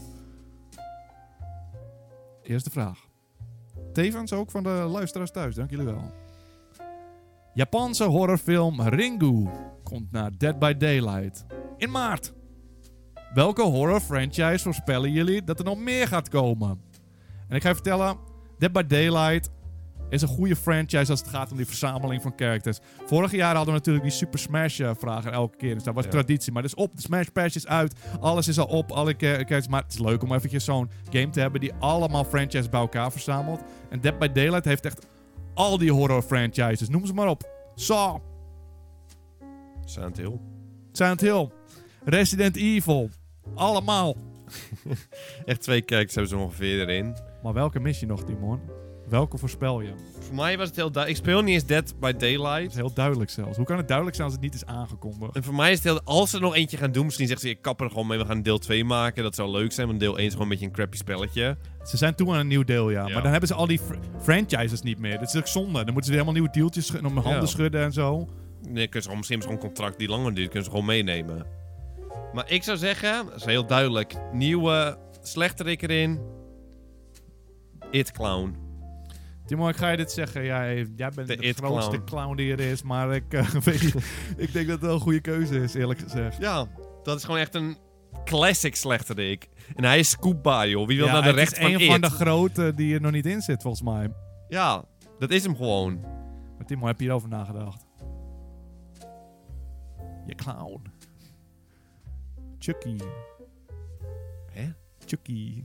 Eerste vraag. Tevens ook van de luisteraars thuis, dank jullie wel. Japanse horrorfilm Ringu komt naar Dead by Daylight in maart. Welke horror franchise voorspellen jullie dat er nog meer gaat komen? En ik ga je vertellen, Dead by Daylight is een goede franchise als het gaat om die verzameling van characters. Vorig jaar hadden we natuurlijk die Super Smash uh, vragen elke keer. Dus dat was Ja. traditie. Maar dus op, de Smash Patch is uit. Alles is al op, alle characters. Maar het is leuk om eventjes zo'n game te hebben die allemaal franchises bij elkaar verzamelt. En Dead by Daylight heeft echt al die horror franchises. Noem ze maar op. Saw, Silent Hill. Silent Hill, Resident Evil. Allemaal. Echt twee kijkers hebben ze ongeveer erin. Maar welke mis je nog, Timon? Welke voorspel je? Voor mij was het heel duidelijk. Ik speel niet eens Dead by Dat Daylight. is heel duidelijk zelfs. Hoe kan het duidelijk zijn als het niet is aangekondigd? En voor mij is het heel... Als ze er nog eentje gaan doen, misschien zeggen ze... Ik kap er gewoon mee, we gaan deel twee maken. Dat zou leuk zijn, want deel één is gewoon een beetje een crappy spelletje. Ze zijn toe aan een nieuw deel, ja. Ja. Maar dan hebben ze al die fr- franchises niet meer. Dat is ook zonde. Dan moeten ze weer helemaal nieuwe deeltjes sch- om handen Ja. schudden en zo. Nee, kunnen ze gewoon, misschien hebben ze gewoon een contract die langer duurt. Kunnen ze gewoon meenemen. Maar ik zou zeggen, dat is heel duidelijk. Nieuwe slechterik erin. It Clown. Timo, ik ga je dit zeggen. Jij, jij bent De de, It grootste Clown. clown die er is. Maar ik, uh, weet je, ik denk dat het wel een goede keuze is, eerlijk gezegd. Ja, Dat is gewoon echt een classic slechterik. En hij is scoopbaar, joh. Wie wil Ja, naar de het recht is van een It? van de grote die er nog niet in zit, volgens mij. Ja, dat is hem gewoon. Maar Timo, heb je hierover nagedacht? Je clown. Chucky. Hè? Chucky.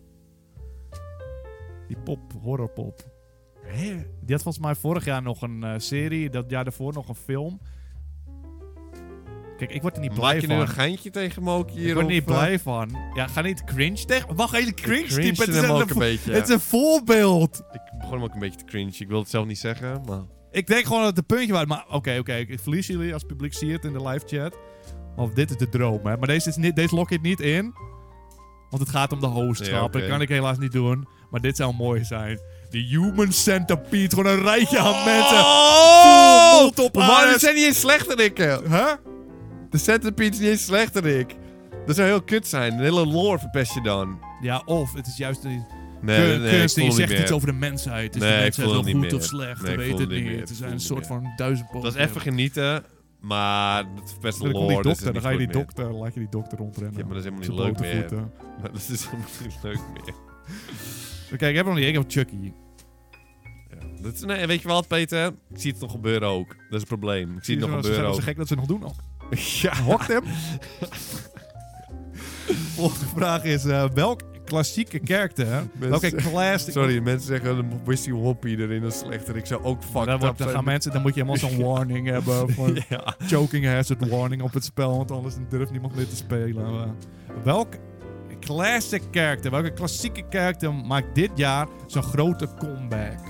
Die pop, horrorpop. Hè? Die had volgens mij vorig jaar nog een uh, serie, dat jaar daarvoor nog een film. Kijk, ik word er niet blij Maak je van. nu een geintje tegen Moki hier? Ik word er niet of, uh, blij van. Ja, ga niet cringe tegen... Wacht, hele cringe, cringe type. Het is, hem een, ook een beetje. het is een voorbeeld. Ik begon hem ook een beetje te cringe. Ik wil het zelf niet zeggen, maar... Ik denk gewoon dat het een puntje was. Maar oké, okay, oké. Okay, ik verlies jullie als het publiek zie het in de live chat. Of dit is de droom, hè. Maar deze, is niet, deze lok ik niet in. Want het gaat om de hostschap. Ja, okay. Dat kan ik helaas niet doen. Maar dit zou mooi zijn. De Human Centipede. Gewoon een rijtje aan mensen. Oh! Full top Maar aan. dat zijn niet eens slechterikken. Huh? De centipede is niet eens slechterik. Dat zou heel kut zijn. Een hele lore verpest je dan. Ja, of het is juist die Nee, kun- nee, kunst ik en voel je het zegt niet iets meer. over de mensheid. Is Nee, de ik mensheid voel wel het goed niet of meer. slecht? Nee, We ik weten voel het het niet niet. meer. Het Ik zijn voel een het soort niet van duizend Dat is even genieten, maar het verpest de Dan, lore. die dus dokter, het dan is ga je die niet goed dokter, laat je die dokter rondrennen. meer. Ja, maar dat is helemaal Zijn niet leuk blote meer. voeten. Maar dat is helemaal niet leuk meer. Oké, ik heb nog niet. Ik heb Chucky. Ja. Dat is, nee, weet je wat, Peter? Ik zie het nog gebeuren ook. Dat is het probleem. Ik zie het nog Ze gebeuren zijn ook. zo gek dat ze nog doen ook. Ja. Hokt hem. Volgende vraag is, uh, welk klassieke karakter, welke class... Sorry, mensen zeggen een Wissy Woppie erin is slechter. Ik zou ook fucked dan, up wordt, dan zijn. gaan mensen, dan moet je helemaal zo'n warning hebben. Van Ja. choking hazard warning op het spel, want anders durft niemand meer te spelen. Maar welk classic character, welke klassieke character maakt dit jaar zo'n grote comeback?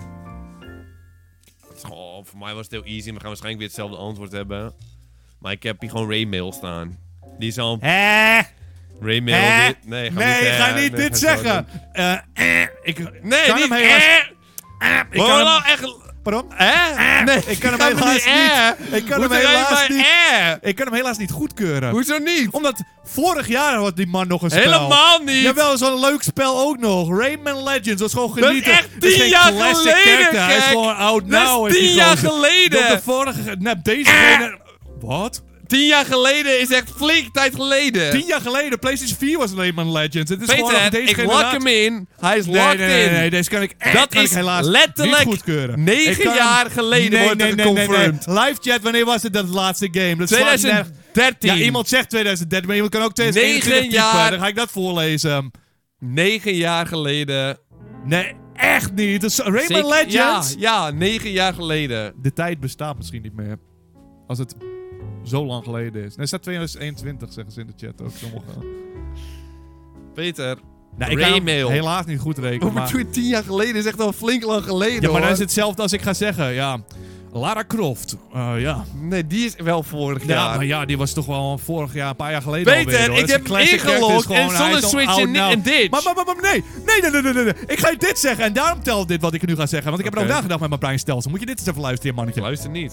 Oh, voor mij was het heel easy. We gaan waarschijnlijk weer hetzelfde antwoord hebben. Maar ik heb hier gewoon Raymail staan. Die is al... Hè? Raymail... Hè? Dit, nee, ga Nee, niet, ga eh, niet nee, dit ga zo zeggen. doen. Eh, eh, ik Nee, kan niet hem helaas... eh. Ik Hoor kan hem, nou echt... pardon? Hè? Nee, ik kan hem ga helaas niet, niet. eh. Ik kan Hoe hem zeg jij helaas maar, niet. eh? Ik kan hem helaas niet goedkeuren. Hoezo niet? Omdat vorig jaar had die man nog een spel. Helemaal niet. Jawel, zo'n leuk spel ook nog. Rayman Legends was gewoon Dat is genieten. echt Het is tien geen jaar classic geleden, character. Hij is gek. gewoon oud now. Dat is tien jaar Door geleden. de vorige... Nee, deze... gener- Wat? Tien jaar geleden is echt flink tijd geleden. Tien jaar geleden, PlayStation vier was Rayman Legends. Het is gewoon nog Peter, deze ik generatie. lak hem in. Hij is Nee, locked nee, nee, in. nee, deze kan ik echt Dat kan is ik helaas letterlijk niet goedkeuren. negen Ik kan jaar hem- geleden nee, wordt nee, het nee, nee, geconfirmed. nee. Live chat, wanneer was het dat laatste game? Dat slaat nergens- twintig dertien. Ja, iemand zegt twintig dertien, maar iemand kan ook twintig eenentwintig Negen typen. jaar. Dan ga ik dat voorlezen. Negen jaar geleden. Nee, echt niet. Dat is Rayman Zeker- Legends. Ja, ja, negen jaar geleden. De tijd bestaat misschien niet meer. Als het zo lang geleden is. Nee, het staat twintig eenentwintig, zeggen ze in de chat ook. Sommigen. Peter. Nou, ik kan hem Raymail. helaas niet goed rekenen. Hoe Maar... bedoel je tien jaar geleden? is echt al flink lang geleden, Ja, maar hoor. dan is hetzelfde als ik ga zeggen. Ja, Lara Croft. Uh, ja. Nee, die is wel vorig Ja, jaar. maar ja, die was toch wel vorig jaar, een paar jaar geleden Peter, alweer, hoor. ik Dat is heb een classic character, ingelogd is gewoon- en hij zonder is al switch oud en, now. en dit. Maar, maar, maar, maar, nee. Nee, nee, nee, nee, nee, nee. Ik ga je dit zeggen en daarom telt dit wat ik nu ga zeggen. Want ik heb Oké. erover nagedacht met mijn breinstelsel. Moet je dit eens even luisteren, mannetje? Luister niet.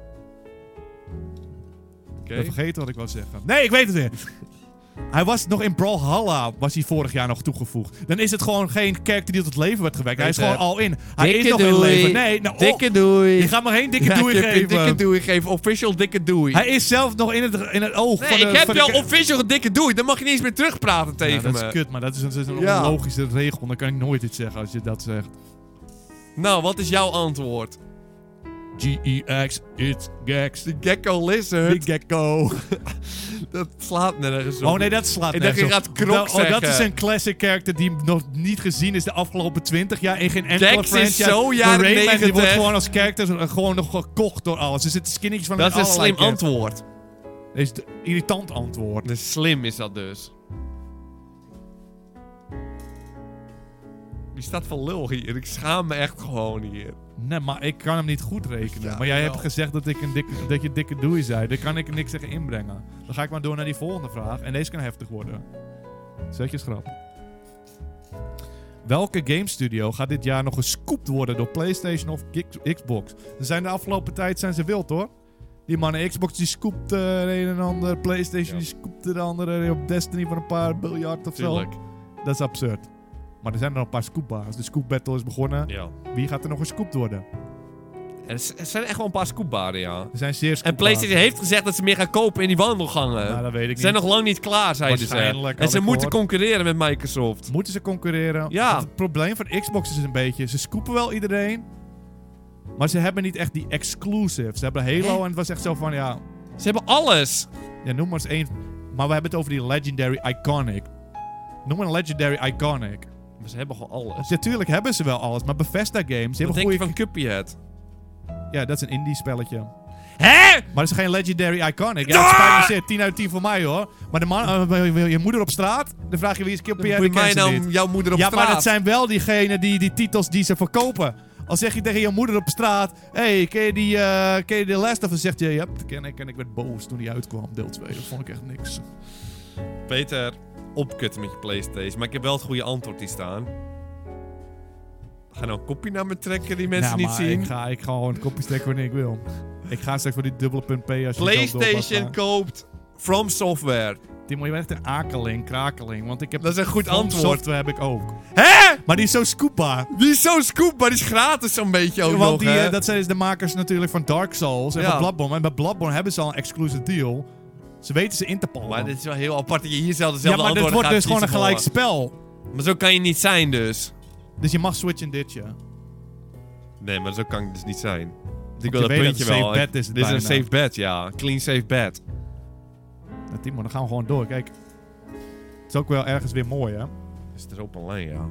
Oké. Ik ben vergeten wat ik wou zeggen. Nee, ik weet het weer. Hij was nog in Brawlhalla, was hij vorig jaar nog toegevoegd. Dan is het gewoon geen character die tot leven werd gewekt. Hij is Peter, gewoon al in. Hij dikke is nog in doei. leven. Nee, nou, oh, Dikke doei. je gaat me geen dikke Ja, doei ik heb je geven. dikke doei geven. Official dikke doei. Hij is zelf nog in het, in het oog Nee, van de... ik heb van jou de- official dikke doei. Dan mag je niet eens meer terugpraten tegen Ja, dat me. is kut, maar dat is een, dat is een Ja. onlogische regel. Dan kan ik nooit iets zeggen als je dat zegt. Nou, wat is jouw antwoord? G E X, it's Gex. De Gecko Lizard. Big Gecko. Dat slaat nergens op. Oh nee, dat slaat Ik dacht, je nergens gaat op. Krok Nou, Oh, dat zeggen. is een classic character die nog niet gezien is de afgelopen twintig jaar in geen enkele Gex is franchise. zo Maar jaren Rayman, die negentig. wordt gewoon als character gewoon nog gekocht door alles. Er zitten skinnetjes van Dat is een allerlei slim characters. antwoord. Dat is een irritant antwoord. Dus slim is dat dus. Je staat van lul hier. Ik schaam me echt gewoon hier. Nee, maar ik kan hem niet goed rekenen. Ja, maar jij jawel. hebt gezegd dat, ik een dikke, dat je dikke doei zei. Daar kan ik niks tegen inbrengen. Dan ga ik maar door naar die volgende vraag. En deze kan heftig worden. Zet je schrap. Welke game studio gaat dit jaar nog gescoopt worden door PlayStation of Gix- Xbox? Ze zijn de afgelopen tijd zijn ze wild, hoor. Die mannen Xbox die scoopt uh, de een en ander. PlayStation Ja. die scoopt de andere. Op Destiny van een paar miljard of Tuurlijk. zo. Dat is absurd. Maar er zijn er nog een paar scoopbaars. De scoop battle is begonnen. Ja. Wie gaat er nog gescoopt worden? Er z- er zijn echt wel een paar scoopbaden, ja. Er zijn zeer En scoopbaar. PlayStation heeft gezegd dat ze meer gaan kopen in die wandelgangen. Nou, dat weet ik Ze zijn niet. nog lang niet klaar, zeiden ze. Waarschijnlijk, En had ze ik moeten gehoord. concurreren met Microsoft. Moeten ze concurreren? Ja. Want het probleem van Xbox is een beetje... Ze scoopen wel iedereen. Maar ze hebben niet echt die exclusives. Ze hebben Halo Hè? en het was echt zo van... Ja, Ze hebben alles. ja, noem maar eens één... Maar we hebben het over die Legendary Iconic. Noem maar een Legendary Iconic. Maar ze hebben gewoon alles. Natuurlijk hebben ze wel alles. Maar Bethesda Games... Die Wat hebben denk je goede... van Cuphead? Ja, dat is een indie spelletje. Hè? Maar dat is geen Legendary Iconic. Ja, Ah! het spijt me zeer. tien uit tien voor mij, hoor. Maar de man, uh, wil je moeder op straat? Dan vraag je wie is Cuphead, Moet ik ken mij ze nou niet. jouw moeder op Ja, straat? maar dat zijn wel diegenen die die titels die ze verkopen. Als zeg je tegen je moeder op straat... Hé, hey, ken je die uh, ken je The Last of Us? Zegt je, ja, dat ken ik. En ik werd boos toen die uitkwam, deel twee. Dat vond ik echt niks. Peter, opkutten met je PlayStation. Maar ik heb wel het goede antwoord hier staan. Ga nou een kopje naar me trekken die mensen Nou, niet maar zien. Ik ga, ik ga gewoon een kopje steken wanneer ik wil. Ik ga straks voor die dubbele punt P als je zelf door mag PlayStation gaan. koopt From Software. Timo, je bent echt een akeling, krakeling. Want ik heb... Dat is een goed From antwoord. Software heb ik ook. Hè? Maar die is zo scoopbaar. Die is zo scoop, maar die is gratis zo'n beetje ook Want nog, die, hè? eh, dat zijn dus de makers natuurlijk van Dark Souls en Ja. van Bloodborne. En bij Bloodborne hebben ze al een exclusive deal. Ze weten ze in te palmen. Maar dit is wel heel apart dat je hier zelf ja, dezelfde maar dit antwoorden wordt gaat dus gewoon een kiezen gelijk voor. spel. Maar zo kan je niet zijn dus. Dus je mag switchen dit, ja. Nee, maar zo kan het dus niet zijn. Dus ik je wil dat weet dat puntje het een wel. safe bet is het Dit is een bijna. safe bet, ja. Clean safe bet. Nou, Timo, dan gaan we gewoon door. Kijk. Het is ook wel ergens weer mooi, hè? Oké, Dus het is op alleen, ja.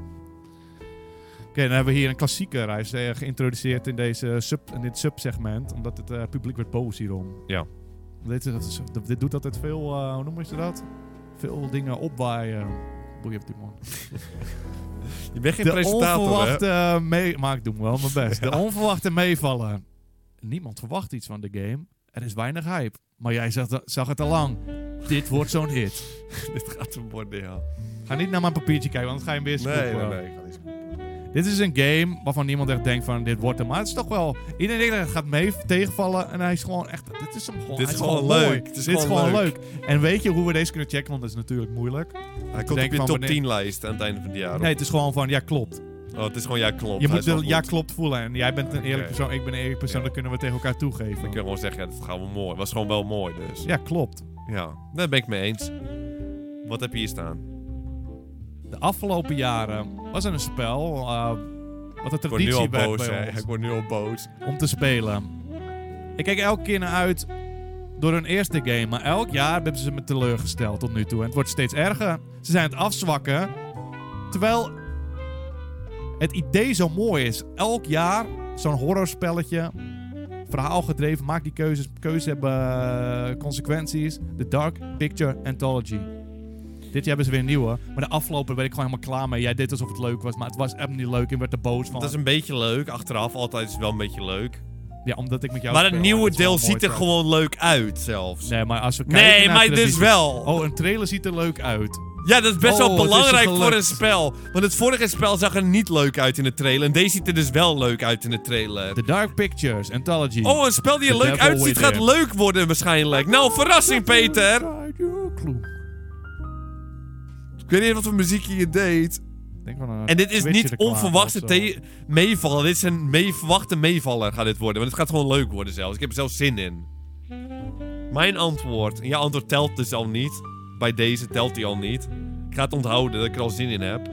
dan hebben we hier een klassieker. Hij is eh, geïntroduceerd in, deze sub, in dit subsegment. Omdat het eh, publiek werd boos hierom. Ja. Dit, dat is, dit doet altijd veel... eh, hoe noemen ze dat? Veel dingen opwaaien. Boeien, Timo. Je bent geen De presentator, hè? onverwachte mee... Maar ik doe wel mijn best. De onverwachte meevallen. Niemand verwacht iets van de game. Er is weinig hype. Maar jij zag, zag het al lang. Dit wordt zo'n hit. Dit gaat hem worden, ja. Ga niet naar mijn papiertje kijken, want dan ga je hem weer Nee, scoopen. nee, nee. Ik ga niet scoopen. Dit is een game waarvan niemand echt denkt van dit wordt hem. Maar het is toch wel... Iedereen denkt dat het gaat mee tegenvallen. En hij is gewoon echt... Dit is hem gewoon... Dit hij is gewoon mooi. leuk. Het is dit is gewoon gewoon leuk. leuk. En weet je hoe we deze kunnen checken? Want dat is natuurlijk moeilijk. Hij komt denk op je van top wanneer- tien lijst aan het einde van het jaar. Nee, het is gewoon van ja, klopt. Oh, het is gewoon ja, klopt. Je Hij moet is wel de goed. ja, klopt voelen. En jij bent een eerlijk Oké. persoon, ik ben een eerlijk persoon. Ja. Dat kunnen we tegen elkaar Dan toegeven. kun je gewoon zeggen, ja, dat gaat wel mooi. Het was gewoon wel mooi, dus. Ja, klopt. Ja, daar ben ik mee eens. Wat heb je hier staan? De afgelopen jaren was er een spel... Uh, wat een Ik word nu al traditie werd boos, bij hè. ons Ik word nu al boos. om te spelen. Ik kijk elke keer naar uit door hun eerste game. Maar elk jaar hebben ze me teleurgesteld tot nu toe. En het wordt steeds erger. Ze zijn het afzwakken. Terwijl het idee zo mooi is. Elk jaar zo'n horrorspelletje. Verhaal gedreven. Maak die keuzes. Keuzes hebben uh, consequenties. The Dark Picture Anthology. Dit jaar hebben ze weer een nieuwe. Maar de afgelopen ben ik gewoon helemaal klaar mee. Jij deed alsof het leuk was. Maar het was echt niet leuk. Ik werd er boos van. Dat is een beetje leuk. Achteraf altijd is het wel een beetje leuk. Ja, omdat ik met jou Maar het speel. nieuwe Dat is wel deel een mooi ziet er spel. gewoon leuk uit, zelfs. Nee, maar als we kijken Nee, naar maar traditie- dus wel. Oh, een trailer ziet er leuk uit. Ja, dat is best Oh, wel het is je belangrijk voor gelukt. een spel. Want het vorige spel zag er niet leuk uit in de trailer. En deze ziet er dus wel leuk uit in de trailer. The Dark Pictures Anthology. Oh, een spel die er The leuk Devil uitziet gaat Within. leuk worden waarschijnlijk. Nou, verrassing, Peter. Inside your clue. Ik weet niet wat voor muziek je hier deed. Denk van een En dit is Twitch niet reclame onverwachte of zo. te- meevallen. Dit is een mee verwachte meevaller gaat dit worden. Want het gaat gewoon leuk worden zelfs. Ik heb er zelfs zin in. Mijn antwoord. En jouw antwoord telt dus al niet. Bij deze telt hij al niet. Ik ga het onthouden dat ik er al zin in heb.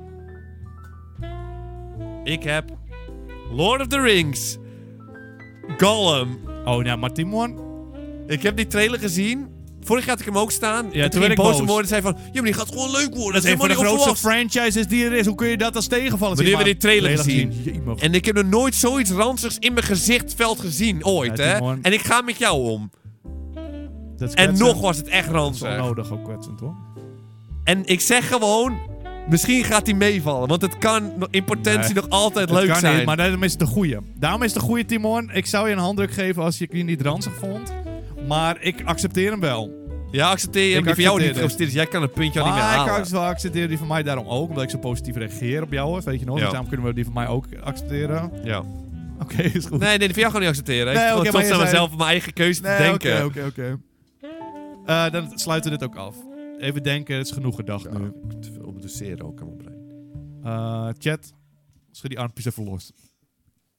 Ik heb Lord of the Rings. Gollum. Oh, ja, maar Timon. Ik heb die trailer gezien. Vorig jaar had ik hem ook staan. Ja, en toen toen werd ging ik boos boos. worden en zei van... Ja, maar die gaat gewoon leuk worden. Dat is een van de helemaal niet grootste onverwacht. franchises die er is. Hoe kun je dat als tegenvallen zien? Wanneer hebben we Maar- die trailer gezien? Jemig. En ik heb nog nooit zoiets ranzigs in mijn gezichtveld gezien. Ooit, Ja, hè? Timon. En ik ga met jou om. Dat is En kwetsend. nog was het echt Dat is ranzig. onnodig ook kwetsend, hoor. En ik zeg gewoon... Misschien gaat hij meevallen. Want het kan nog- in potentie Nee, nog altijd Het leuk kan zijn. niet, maar daarom is het de goeie. Daarom is het de goeie, Timon. Ik zou je een handdruk geven als je het niet ranzig vond. Maar ik accepteer hem wel. Ja, accepteer je hem. Ik Die van jou niet accepteer geaccepteerd. Dus jij kan het puntje al niet meer Maar ik halen. ac- wel accepteren die van mij daarom ook. Omdat ik zo positief reageer op jou. Weet je nog? Ja. Dus daarom kunnen we die van mij ook accepteren. Ja. Oké, is goed. Nee, nee, die van jou ga ik niet accepteren. Nee, ik oké, okay, maar soms je aan zei- mezelf op mijn eigen keuze te Nee, denken. oké, oké, oké. Eh, Dan sluiten we dit ook af. Even denken, het is genoeg gedacht Ja, nu. ik moet te veel doseren ook aan mijn brein. Eh, chat, schud die armpjes even los.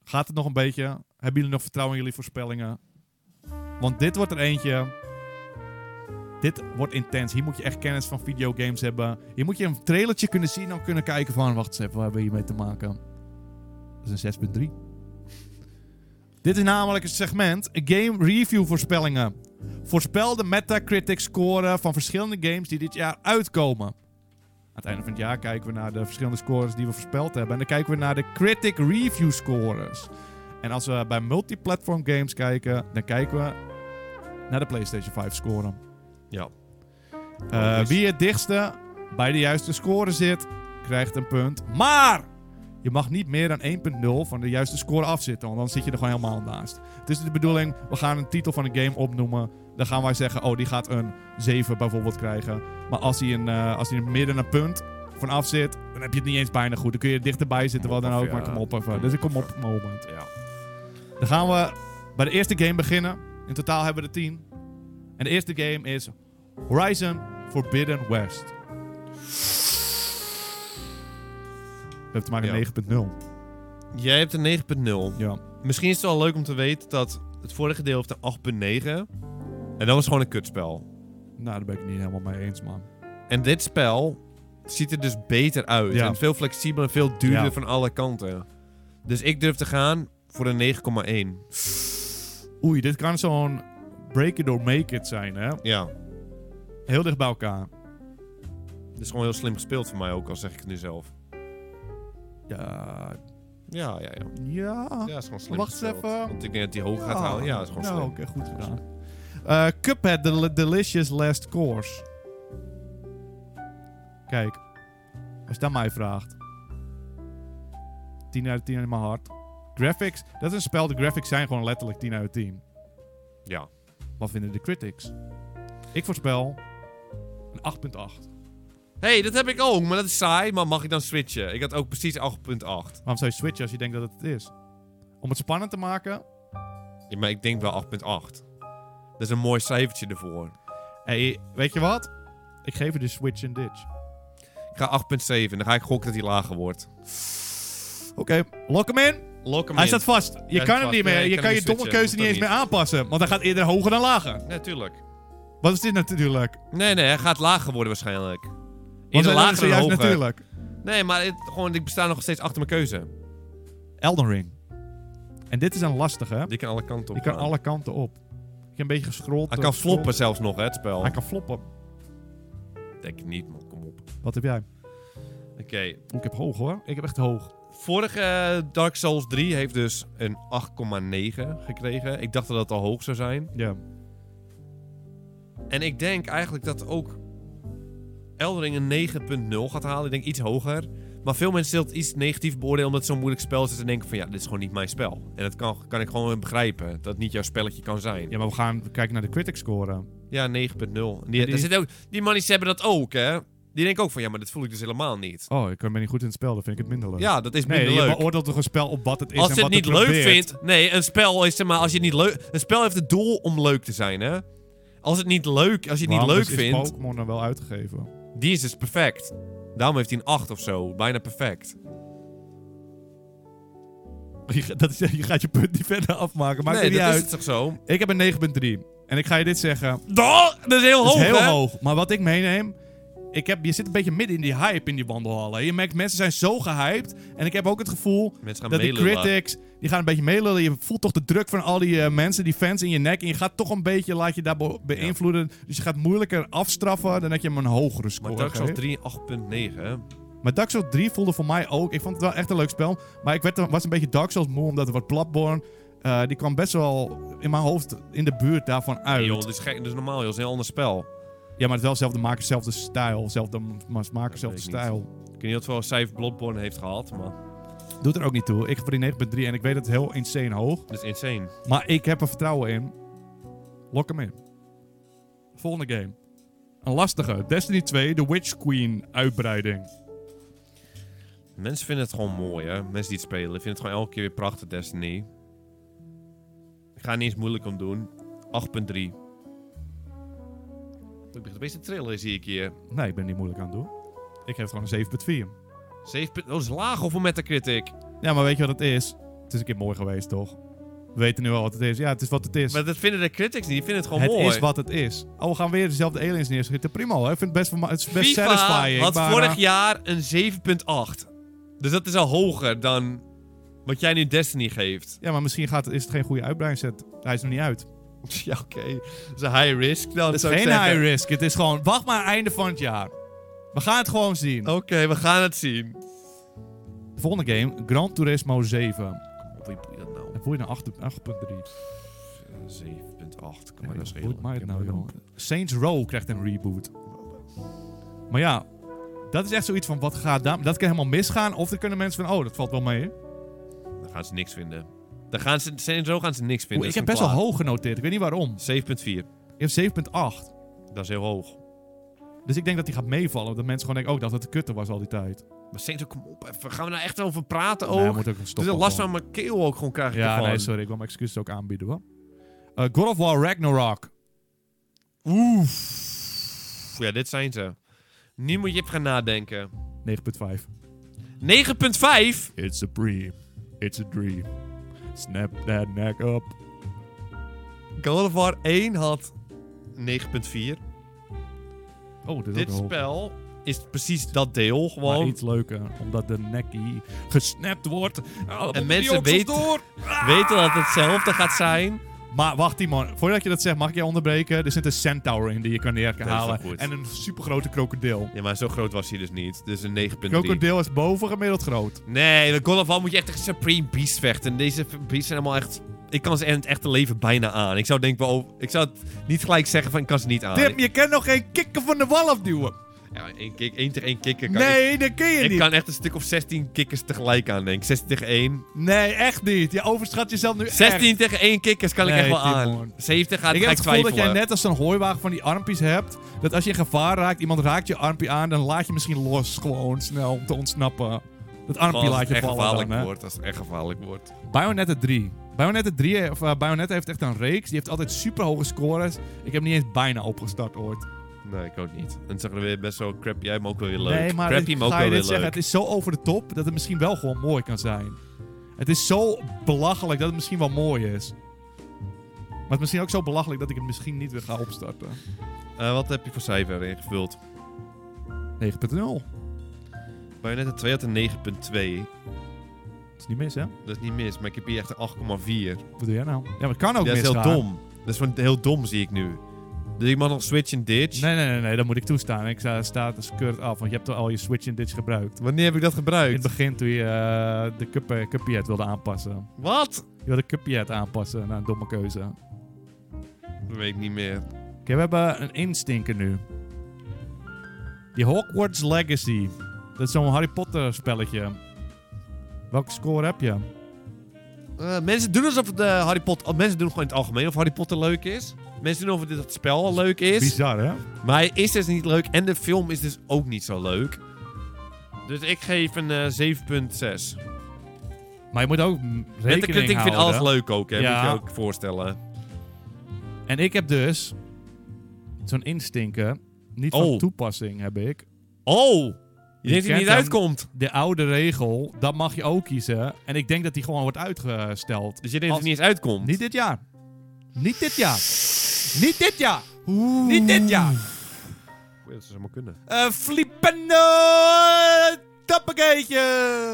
Gaat het nog een beetje? Hebben jullie nog vertrouwen in jullie voorspellingen? Want dit wordt er eentje. Dit wordt intens. Hier moet je echt kennis van videogames hebben. Hier moet je een trailertje kunnen zien en kunnen kijken van... Wacht eens even, waar hebben we hiermee te maken? Dat is een zes punt drie. Dit is namelijk een segment. Game review voorspellingen. Voorspel de Metacritic score van verschillende games die dit jaar uitkomen. Aan het einde van het jaar kijken we naar de verschillende scores die we voorspeld hebben. En dan kijken we naar de Critic Review scores. En als we bij multiplatform games kijken, dan kijken we naar de PlayStation vijf score. Ja. Uh, dus. Wie het dichtste bij de juiste score zit, krijgt een punt. Maar je mag niet meer dan één punt nul van de juiste score afzitten, want dan zit je er gewoon helemaal naast. Het is de bedoeling, we gaan een titel van een game opnoemen. Dan gaan wij zeggen, oh, die gaat een zeven bijvoorbeeld krijgen. Maar als hij, een, uh, als hij er midden een punt vanaf zit, dan heb je het niet eens bijna goed. Dan kun je er dichterbij zitten, wat dan ook, ja. maar kom op even. Dus ik kom op moment. Ja. Dan gaan we bij de eerste game beginnen. In totaal hebben we er tien. En de eerste game is Horizon Forbidden West. We hebben te maken met Ja. negen punt nul. Jij hebt een negen punt nul. Ja. Misschien is het wel leuk om te weten dat het vorige deel heeft een acht punt negen. En dat was gewoon een kutspel. Nou, daar ben ik het niet helemaal mee eens, man. En dit spel ziet er dus beter uit. Ja. En veel flexibeler en veel duurder Ja. van alle kanten. Dus ik durf te gaan voor een negen komma één. Oei, dit kan zo'n break it or make it zijn, hè? Ja. Heel dicht bij elkaar. Dit is gewoon heel slim gespeeld voor mij ook, al zeg ik het nu zelf. Ja. Ja, ja, ja. Ja. Ja, is gewoon slim Wacht eens gespeeld. even. Want ik denk dat die hoger gaat halen. Ja, dat is gewoon nou, slim. oké, goed gedaan. Uh, Cuphead, The L- Delicious Last Course. Kijk. Als je dat mij vraagt. tien uit tien in mijn hart. Graphics. Dat is een spel, de graphics zijn gewoon letterlijk tien uit tien. Ja. Wat vinden de critics? Ik voorspel een acht punt acht. Hé, hey, dat heb ik ook, maar dat is saai. Maar mag ik dan switchen? Ik had ook precies acht punt acht. Waarom zou je switchen als je denkt dat het het is? Om het spannend te maken? Ja, maar ik denk wel acht punt acht. Dat is een mooi cijfertje ervoor. Hey, weet je wat? Ik geef je de switch en ditch. Ik ga acht punt zeven. Dan ga ik gokken dat hij lager wordt. Oké, okay, lock hem in. Lock hem Hij in. staat vast. Je Hij kan staat hem vast. niet meer. Nee, ik je kan kan hem je niet domme switchen. keuze niet Moet eens dat meer aanpassen. Want hij gaat eerder hoger dan lager. Nee, tuurlijk. Wat is dit natuurlijk? Nee, nee, hij gaat lager worden waarschijnlijk. Want Eerder dat is lager dan juist hoger. natuurlijk. Nee, maar het, gewoon, ik sta nog steeds achter mijn keuze. Elden Ring. En dit is een lastige, hè? Die kan alle kanten op. Die kan gaan. alle kanten op. Ik heb een beetje gescrolld. Hij door kan gescrolld. floppen zelfs nog, hè, het spel. Hij kan floppen. Denk ik niet, man. Kom op. Wat heb jij? Oké. Oeh, ik heb hoog, hoor. Ik heb echt hoog. Vorige uh, Dark Souls drie heeft dus een acht komma negen gekregen. Ik dacht dat dat al hoog zou zijn. Ja. En ik denk eigenlijk dat ook Elden Ring een negen punt nul gaat halen. Ik denk iets hoger. Maar veel mensen zullen het iets negatief beoordelen omdat het zo'n moeilijk spel is. Dat ze denken van ja, dit is gewoon niet mijn spel. En dat kan, kan ik gewoon begrijpen. Dat het niet jouw spelletje kan zijn. Ja, maar we gaan kijken naar de critic score. Ja, negen punt nul. Die, die die, is- zit ook, die mannies hebben dat ook, hè. Die denken ook van ja, maar dit voel ik dus helemaal niet. Oh, ik ben niet goed in het spel. Dan vind ik het minder leuk. Ja, dat is Nee, minder je leuk. beoordeelt toch een spel op wat het is Als en je wat het niet het leuk probeert. vindt... Nee, een spel is zeg maar, als je het niet leuk... Een spel heeft het doel om leuk te zijn, hè. Als het niet leuk, als je het niet Waarom leuk is- is vindt... Pokémon dan wel uitgegeven? Die is dus perfect. Daarom heeft hij een acht of zo. Bijna perfect. Je, ga- dat is, je gaat je punt niet verder afmaken. Maakt nee, er niet dat uit. is het toch zo? Ik heb een negen punt drie. En ik ga je dit zeggen. Dat is heel Dat hoog, is heel hè? hoog. Maar wat ik meeneem... Ik heb, je zit een beetje midden in die hype in die wandelhallen. Je merkt, mensen zijn zo gehyped. En ik heb ook het gevoel Mensen gaan dat die meelullen. critics... Die gaan een beetje meelullen. Je voelt toch de druk van al die eh, mensen, die fans in je nek. En je gaat toch een beetje, laat je daar be- beïnvloeden. Dus je gaat moeilijker afstraffen dan dat je hem een hogere score Maar Dark Souls geeft. drie acht punt negen, hè? Maar Dark Souls drie voelde voor mij ook... Ik vond het wel echt een leuk spel. Maar ik werd, er- was een beetje Dark Souls moe, omdat er wat Bloodborne... eh, die kwam best wel in mijn hoofd in de buurt daarvan uit. Nee, joh, dit is gek. Dit is normaal, joh. Het is een heel ander spel. Ja, maar het is wel zelfde makers, zelfde stijl. Zelfde makers, zelfde weet ik niet. stijl. Ik weet niet of het wel cijfer Bloodborne heeft gehad, maar... Doet er ook niet toe. Ik ga voor die negen punt drie en ik weet dat het heel insane hoog. Dat is insane. Maar ik heb er vertrouwen in. Lok hem in. Volgende game. Een lastige. Destiny twee, The Witch Queen uitbreiding. Mensen vinden het gewoon mooi, hè? Mensen die het spelen, vinden het gewoon elke keer weer prachtig, Destiny. Ik ga er niet eens moeilijk om doen. acht punt drie. Ik begin opeens te trillen, zie ik hier. Nee, ik ben niet moeilijk aan het doen. Ik geef gewoon een zeven punt vier. zeven punt... Oh, dat is laag over Metacritic. Ja, maar weet je wat het is? Het is een keer mooi geweest, toch? We weten nu al wat het is. Ja, het is wat het is. Maar dat vinden de critics niet. Die vinden het gewoon het mooi. is wat het is. Oh, we gaan weer dezelfde aliens neerschieten. Prima hoor. Ik vind het best, het is best FIFA satisfying. had maar, vorig uh, jaar een zeven komma acht. Dus dat is al hoger dan wat jij nu Destiny geeft. Ja, maar misschien gaat, is het geen goede uitbreidingsset. Hij is nog niet uit. Ja, oké. Okay. Dat is een high risk dan. Het is zou ik geen zeggen. high risk. Het is gewoon, wacht maar einde van het jaar. We gaan het gewoon zien. Oké, okay, we gaan het zien. De volgende game, Gran Turismo zeven. Hoe boeit dat nou? Dan voel je naar acht punt drie. zeven komma acht. Kom Ja, maar nou joh, schelen. boeit mij het Ik nou, heb joh. Saints Row krijgt een reboot. Maar ja, dat is echt zoiets van, wat gaat daar... Dat kan helemaal misgaan. Of er kunnen mensen van, oh, dat valt wel mee. Dan gaan ze niks vinden. Dan gaan ze, en zo gaan ze niks vinden. Oeh, ik heb best wel hoog genoteerd. Ik weet niet waarom. zeven komma vier. Je hebt zeven punt acht. Dat is heel hoog. Dus ik denk dat die gaat meevallen. Dat mensen gewoon denken, oh, dat het de kutte was al die tijd. Maar Saints, kom op even. Gaan we nou echt over praten Nee, ook? moet ook Het stoppen. is last gewoon. van mijn keel ook gewoon krijg ik Ja, ervan. nee, sorry. Ik wil mijn excuses ook aanbieden, hoor. Uh, God of War Ragnarok. Oef. Ja, dit zijn ze. Nu moet je even gaan nadenken. negen punt vijf. negen komma vijf? It's a dream. It's a dream. Snap that neck up. God of War één had negen komma vier. Oh, dit is Dit ook hoog. spel is precies dat deel Maar gewoon. iets leuker, omdat de nekkie gesnapt wordt. Oh, En die mensen oksels weten- door. Weten dat het hetzelfde gaat zijn. Maar wacht, Timon. Voordat je dat zegt, mag ik je onderbreken? Er zit een centaur in die je kan Dat is neerhalen. wel goed. En een supergrote krokodil. Ja, maar zo groot was hij dus niet. Dus een negen komma drie. Krokodil is boven gemiddeld groot. Nee, bij God of War moet je echt tegen Supreme Beast vechten. En deze beasts zijn allemaal echt... Ik kan ze in het echte leven bijna aan. Ik zou denken, wel, ik zou het niet gelijk zeggen van ik kan ze niet aan. Tim, je kan nog geen kikker van de wal afduwen. Ja, één, kick, één tegen één kikker kan Nee, dat kun je ik... Ik niet. kan echt een stuk of zestien kikkers tegelijk aan, denk ik. zestien tegen één. Nee, echt niet. Je overschat jezelf nu zestien tegen één kikkers kan ik Nee, echt wel Timon. aan. zeventig gaat Ik ga heb ik het gevoel dat twijfelen. jij net als zo'n hooiwagen van die armpjes hebt. Dat als je in gevaar raakt, iemand raakt je armpje aan, dan laat je misschien los gewoon snel om te ontsnappen. Dat armpje Als laat het je echt vallen gevaarlijk dan, hè. wordt. Als het echt gevaarlijk wordt. Bayonetta drie. Bayonetta drie, of uh, Bayonetta heeft echt een reeks. Die heeft altijd super hoge scores. Ik heb niet eens bijna opgestart ooit. Nee, ik ook niet. En het zag er weer best wel crappy uit, maar ook wel weer leuk. Nee, maar Crappy, ik maar ook ga wel je weer dit zeggen, leuk. het is zo over de top dat het misschien wel gewoon mooi kan zijn. Het is zo belachelijk dat het misschien wel mooi is. Maar het is misschien ook zo belachelijk dat ik het misschien niet weer ga opstarten. Uh, wat heb je voor cijfer ingevuld? negen punt nul. Bayonetta twee had een negen komma twee. Dat is niet mis, hè? Dat is niet mis, maar ik heb hier echt een acht komma vier. Wat doe jij nou? Ja, maar het kan ook Dat is misgaan. heel dom. Dat is gewoon heel dom, zie ik nu. Dus ik mag nog switch en ditch. Nee, nee, nee, nee, dat moet ik toestaan. Ik sta, sta de skirt af, want je hebt al je switch en ditch gebruikt. Wanneer heb ik dat In het gebruikt? begin toen je uh, de cup, uh, Cuphead wilde aanpassen. Wat? Je wilde Cuphead aanpassen, naar een domme keuze. Oké, Dat weet ik niet meer. we hebben een instinker nu. Die Hogwarts Legacy. Dat is zo'n Harry Potter spelletje. Welke score heb je? Uh, mensen doen alsof de Harry Potter... oh, mensen doen gewoon in het algemeen of Harry Potter leuk is. Mensen doen of dit het spel al leuk is. Bizar, hè? Maar hij is dus niet leuk en de film is dus ook niet zo leuk. Dus ik geef een uh, zeven komma zes. Maar je moet ook mm, rekening Metacritic vindt houden. alles leuk ook, hè. Ja. Moet je ook voorstellen. En ik heb dus zo'n instinker. Niet van Oh. toepassing heb ik. Oh! Je denkt dat hij kent niet hem. uitkomt. De oude regel, dat mag je ook kiezen. En ik denk dat die gewoon wordt uitgesteld. Dus je denkt dat Als- hij niet eens uitkomt. Niet dit jaar. Niet dit jaar. Niet dit jaar. Niet dit jaar. Ja, dat zou maar kunnen. Uh, flippende tappakeetje.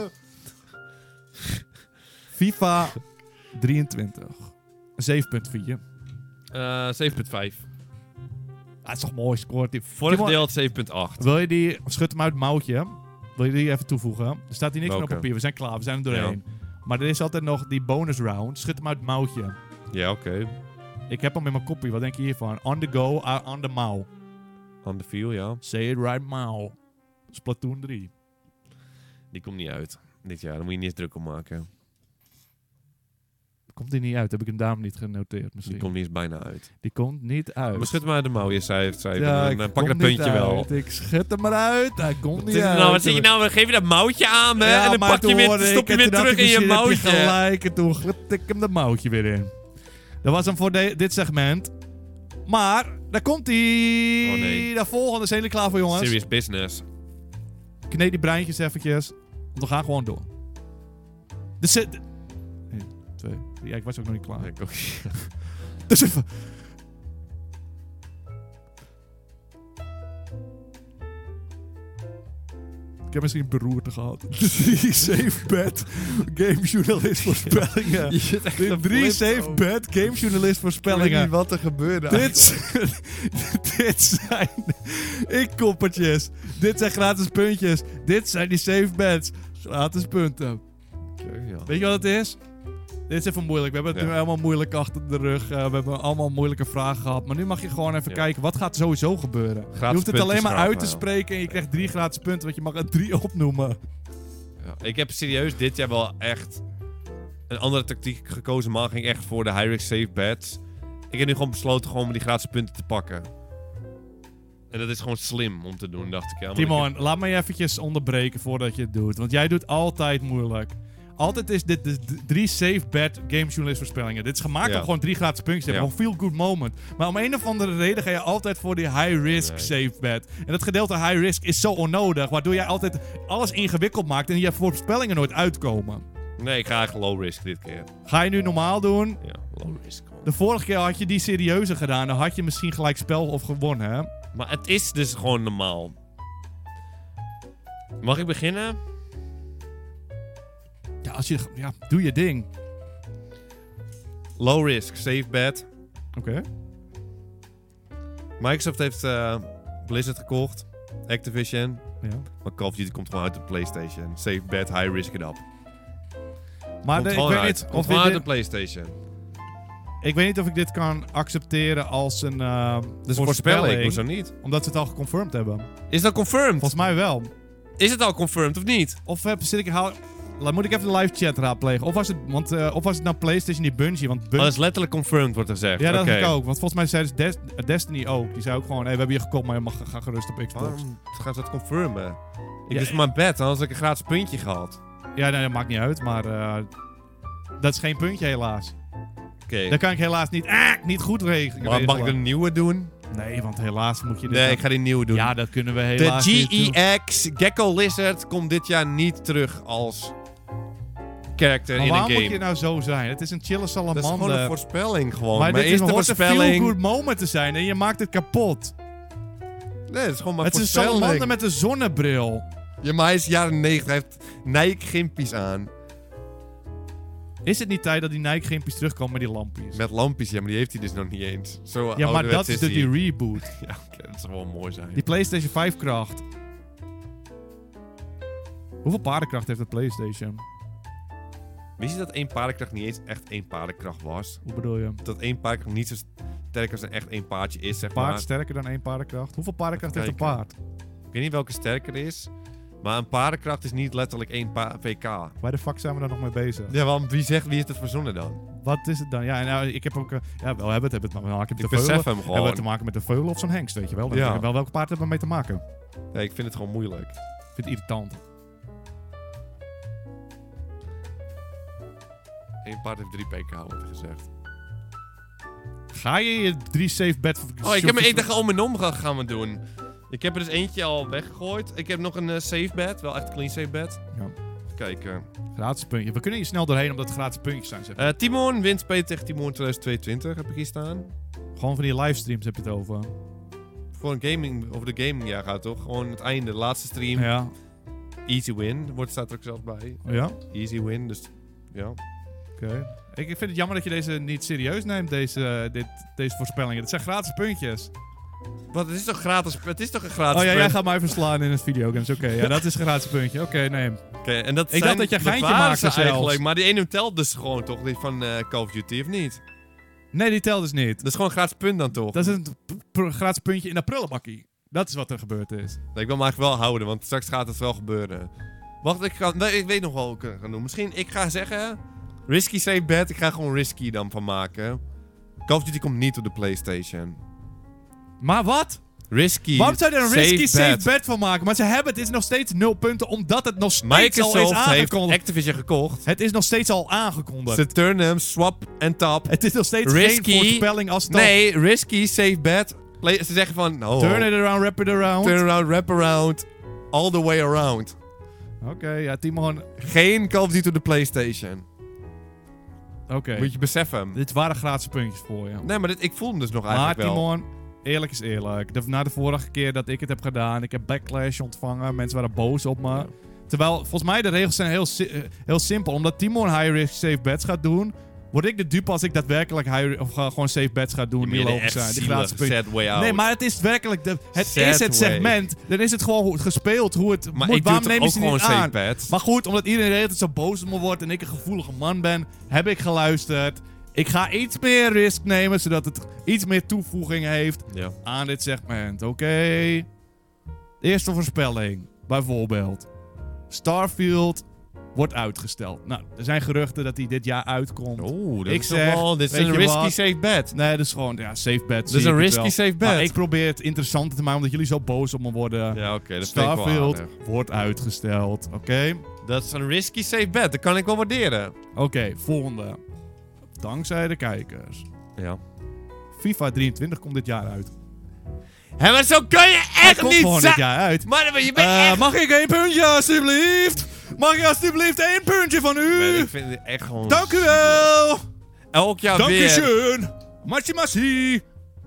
FIFA drieëntwintig. zeven punt vier. Uh, zeven komma vijf. Dat is toch mooi scoort. Die. Vorig Timon, deel had zeven komma acht. Wil je die, schud hem uit het mouwtje. Wil je die even toevoegen? Er staat hier niks meer op Welke? papier. We zijn klaar. We zijn er doorheen. Maar er is altijd nog die bonus round. Schud hem uit het mouwtje. Ja, oké. Okay. Ik heb hem in mijn kopie. Wat denk je hiervan? On the go, uh, on the mouw. On the feel, ja. Say it right mouw. Splatoon drie. Die komt niet uit. Dit jaar. Daar moet je niet eens druk om maken. Komt die niet uit? Heb ik hem daarom niet genoteerd misschien? Die komt niet eens bijna uit. Die komt niet uit. Maar schud maar uit de mouw. Je zei het. Zei Ja, het. ik Dan pak kom ik dat niet puntje wel. uit. Ik schud hem eruit. Hij komt Wat niet zit er uit. nou? Wat zit je nou? Geef je dat mouwtje aan me Ja, en dan maar pak je toen weer, hoorde stop je ik, weer en toen terug dacht in ik, je misschien heb mouwtje. gelijk. En toen glipte ik hem dat mouwtje weer in. Dat was hem voor de- dit segment. Maar, daar komt hij. Oh, nee. De volgende zijn jullie klaar voor, jongens? Serious business. Kneed die breintjes eventjes. Want we gaan gewoon door. Dus, eh, d- twee, drie. Ja, ik was ook nog niet klaar. Nee, ik ook niet. Dus even... Ik heb misschien beroerte gehad. Drie safe bet gamejournalist voorspellingen. Je zit echt De een drie flip safe zo. bet gamejournalist Ik weet niet voorspellingen. wat er gebeurde. Dit, dit zijn inkoppertjes. Dit zijn gratis puntjes. Dit zijn die safe bets. Gratis punten. Okay, ja. Weet je wat het is? Dit is even moeilijk. We hebben het Ja. nu helemaal moeilijk achter de rug. Uh, we hebben allemaal moeilijke vragen gehad. Maar nu mag je gewoon even Ja. kijken. Wat gaat sowieso gebeuren? Gratis je hoeft het punten alleen maar schrapen, uit te ja. spreken. En je krijgt drie gratis punten. Want je mag er drie opnoemen. Ja. Ik heb serieus dit jaar wel echt een andere tactiek gekozen. Maar ging echt voor de high-risk safe bets. Ik heb nu gewoon besloten gewoon om die gratis punten te pakken. En dat is gewoon slim om te doen, dacht ik. Ja, want Timon, ik- laat me je eventjes onderbreken voordat je het doet. Want jij doet altijd moeilijk. Altijd is dit de d- drie safe bet gamejournalist voorspellingen. Dit is gemaakt Ja. om gewoon drie gratis puntjes te hebben. Ja. Gewoon feel good moment. Maar om een of andere reden ga je altijd voor die high risk Nee. safe bet. En dat gedeelte high risk is zo onnodig. Waardoor jij altijd alles ingewikkeld maakt en je voorspellingen nooit uitkomen. Nee, ik ga eigenlijk low risk dit keer. Ga je nu normaal doen? Ja, low risk. gewoon. De vorige keer had je die serieuzer gedaan. Dan had je misschien gelijk spel of gewonnen, hè? Maar het is dus gewoon normaal. Mag ik beginnen? Ja, als je... Ja, doe je ding. Low risk, safe bet. Oké. Microsoft heeft eh, Blizzard gekocht. Activision. Ja. Maar Call of Duty komt gewoon uit de PlayStation. Safe bet, high risk it up. Maar Komt de, ik gewoon weet uit. niet Komt of gewoon dit... uit de PlayStation. Ik weet niet of ik dit kan accepteren als een uh, Dus voorspelling. voorspelling, hoezo niet? Omdat ze het al geconfirmed hebben. Is dat confirmed? Volgens mij wel. Is het al confirmed of niet? Of uh, zit ik... Haal, laat, moet ik even de live chat raadplegen? Of was het, want, uh, of was het nou PlayStation die Bungie? Want Oh, Bungie... dat is letterlijk confirmed, wordt er gezegd. ja, dat Oké. heb ik ook. Want volgens mij zei dus Des- Destiny ook. Die zei ook gewoon, hey, we hebben je gekocht, maar je mag ga gerust op Xbox. Waarom gaan ze dat confirmen? Ik Ja, wist maar bed, dan had ik een gratis puntje gehad. Ja, nee, dat maakt niet uit, maar... Uh, dat is geen puntje helaas. Oké. Dat kan ik helaas niet, ah, niet goed regelen. Maar mag ik een nieuwe doen? Nee, want helaas moet je dit... Nee, dan- ik ga die nieuwe doen. Ja, dat kunnen we De helaas niet doen. G E X Gecko Lizard komt dit jaar niet terug als character Maar in een waarom game. moet je nou zo zijn? Het is een chille Dat is gewoon salamander. een voorspelling gewoon. Maar Mijn dit is eerste hoort een voorspelling... feel-good moment te zijn en je maakt het kapot. Nee, het is gewoon mijn Het is een voorspelling. salamander met een zonnebril. Ja, maar hij is jaren negentig. Hij heeft Nike-gimpies aan. Is het niet tijd dat die Nike Gimpies terugkomen met die lampjes? Met lampjes, ja, maar die heeft hij dus nog niet eens. Zo ja, maar ouderwets dat is dus hij. die reboot. Ja, oké, dat zou wel mooi zijn. Die PlayStation vijf kracht. Hoeveel paardenkracht heeft de PlayStation? Wist je dat één paardenkracht niet eens echt één paardenkracht was? Hoe bedoel je? Dat één paardenkracht niet zo sterk als een echt één paardje is, zeg Paard maar. sterker dan één paardenkracht? Hoeveel paardenkracht heeft Even een paard? Ik weet niet welke sterker is. Maar een paardenkracht is niet letterlijk één pa- P K. Waar de fuck zijn we daar nog mee bezig? Ja, want wie zegt, wie heeft het verzonnen dan? Wat is het dan? Ja, nou, ik heb ook... uh, ja, wel hebben het, hebben het te maken met Ik de veulen. besef hem Hebben we gewoon. te maken met de veulen of zo'n hengst, weet je wel? Dan Ja. weet je wel welke paard hebben we mee te maken. Ja, ik vind het gewoon moeilijk. Ik vind het irritant. Eén paard heeft drie P K, wordt er gezegd. Ga je je drie safe bet... Oh, ik heb me eten om en om gaan, gaan we doen. Ik heb er dus eentje al weggegooid. Ik heb nog een uh, safe bet. Wel echt een clean safe bet. Ja. Even kijken. Gratis puntje. We kunnen hier snel doorheen omdat het gratis puntjes zijn. Zeg. Uh, Timon wint spelen tegen Timon twintig tweeëntwintig. Heb ik hier staan. Gewoon van die livestreams heb je het over. Voor een gaming, over de gaming jaar gaat toch? Gewoon het einde, de laatste stream. Ja. Easy win. Wordt staat er ook zelfs bij. Ja? Easy win, dus ja. Oké. Ik vind het jammer dat je deze niet serieus neemt, deze, dit, deze voorspellingen. Het zijn gratis puntjes. Wat, het is toch gratis? Het is toch een gratis Oh ja, jij punt? gaat mij verslaan in het videogames. Oké, ja, dat is een gratis puntje. Oké, nee. Oké, en dat Ik zijn, dacht dat je een geintje waren maakte ze zelfs. eigenlijk. Maar die ene telt dus gewoon toch, die van eh, Call of Duty, of niet? Nee, die telt dus niet. Dat is gewoon een gratis punt dan toch? Dat is een p- p- gratis puntje in de prullenbakkie. Dat is wat er gebeurd is. Nee, ik wil hem eigenlijk wel houden, want straks gaat het wel gebeuren. Wacht, ik, ga, nee, ik weet nog wel wat ik ga doen. Misschien, ik ga zeggen... Risky safe bet, ik ga gewoon risky dan van maken. Call of Duty komt niet op de PlayStation. Maar wat? Risky Waarom zou je er een risky safe safe bet. bet van maken? Maar ze hebben het is nog steeds nul punten, omdat het nog steeds al is Microsoft heeft aangekondigd. Activision gekocht. Het is nog steeds al aangekondigd. Saturnum, Swap en Tap. Het is nog steeds Risky. geen voorspelling als het Nee, risky safe bet. Play, ze zeggen van... Oh, Turn it around, wrap it around. turn around, wrap around. All the way around. Oké, ja, Timon. Geen Call of Duty op de PlayStation. Oké. Moet je beseffen. Dit waren gratis puntjes voor je. Nee, maar dit, ik voel hem dus nog Maar eigenlijk wel. Timon, eerlijk is eerlijk. De, na de vorige keer dat ik het heb gedaan, ik heb backlash ontvangen. Mensen waren boos op me. Ja. Terwijl, volgens mij, de regels zijn heel, si uh, heel simpel. Omdat Timon high-risk safe bets gaat doen, word ik de dupe als ik daadwerkelijk high of uh, gewoon safe bets ga doen. Die logisch zijn. Die gratis puntjes. Sad way out. Nee, maar het is werkelijk... De, het Sad is het way. segment. Dan is het gewoon hoe het gespeeld. Hoe het Maar moet. ik doe Waarom toch nemen ook ze gewoon niet safe aan? bets? Maar goed, omdat iedereen de hele tijd zo boos op me wordt en ik een gevoelige man ben, heb ik geluisterd. Ik ga iets meer risk nemen, zodat het iets meer toevoeging heeft Ja. aan dit segment. Oké. Okay. Eerste voorspelling. Bijvoorbeeld. Starfield wordt uitgesteld. Nou, er zijn geruchten dat hij dit jaar uitkomt. Oeh, dat Ik is zeg, toch wel... Dit is weet een je risky wat? safe bet. Nee, dat is gewoon, ja, safe bet. Dat is een risky safe bet. Maar ik probeer het interessanter te maken, omdat jullie zo boos op me worden. Ja, oké, okay, dat vind ik wel Starfield aardig. wordt uitgesteld. Oké. Okay. Dat is een risky safe bet. Dat kan ik wel waarderen. Oké, okay, volgende. Dankzij de kijkers. Ja. FIFA drieëntwintig komt dit jaar uit. Hé, maar zo kan je Hij echt komt niet gewoon za- dit jaar uit. Maar je bent Uh, echt... mag ik één puntje, alstublieft? Mag ik alstublieft één puntje van u? Nee, ik vind het echt gewoon... Dank u wel. Elk jaar Dank u weer... schön. Massi massi.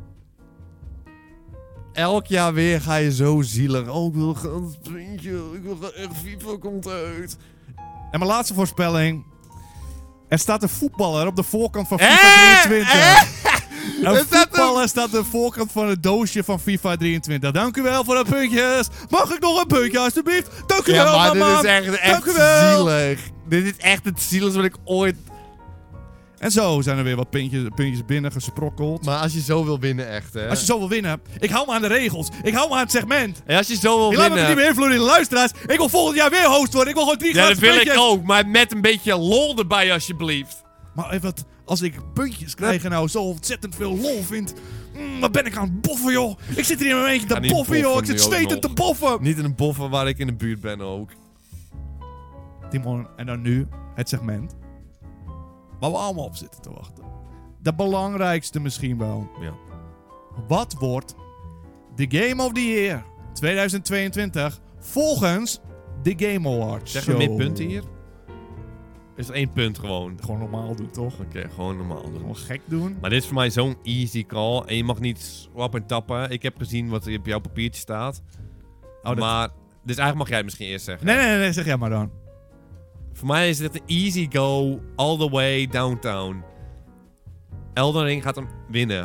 Elk jaar weer ga je zo zielig. Oh, ik wil gaan een puntje. Ik wil gaan echt FIFA komt uit. En mijn laatste voorspelling. Er staat een voetballer op de voorkant van Eh, FIFA drieëntwintig. eh. Een Er staat voetballer staat op de voorkant van het doosje van FIFA drieëntwintig. Dank u wel voor de puntjes. Mag ik nog een puntje, alstublieft? Dank u Ja, wel, maar mama. dit is echt, Dank echt u wel. zielig. Dit is echt het zieligste wat ik ooit... En zo zijn er weer wat puntjes, puntjes binnen gesprokkeld. Maar als je zo wil winnen, echt, hè. Als je zo wil winnen, ik hou me aan de regels. Ik hou me aan het segment. En als je zo wil Ik laat me niet winnen... beïnvloeden in de luisteraars. Ik wil volgend jaar weer host worden. Ik wil gewoon drie Ja, dat gratis wil ik puntjes. ook. Maar met een beetje lol erbij, alsjeblieft. Maar even wat, als ik puntjes krijg en nou zo ontzettend veel lol vind. Mm, wat ben ik aan het boffen, joh. Ik zit hier in mijn eentje Ga te niet boffen, joh. Ik boffen zit nu ook zwetend te nog. boffen. Niet in een boffen waar ik in de buurt ben ook. Timon, en dan nu het segment waar we allemaal op zitten te wachten. De belangrijkste misschien wel. Ja. Wat wordt de Game of the Year tweeduizend tweeëntwintig volgens de Game Awards Zeg je show? meer punten hier? Is het één punt gewoon? Gewoon normaal doen, toch? Oké, gewoon normaal doen. Gewoon gek doen. Maar dit is voor mij zo'n easy call. En je mag niet swap en tappen. Ik heb gezien wat er op jouw papiertje staat. Oh, dat... Maar, dus eigenlijk mag jij het misschien eerst zeggen. Nee, nee, nee, zeg jij maar dan. Voor mij is dit een easy go all the way downtown. Elden Ring gaat hem winnen.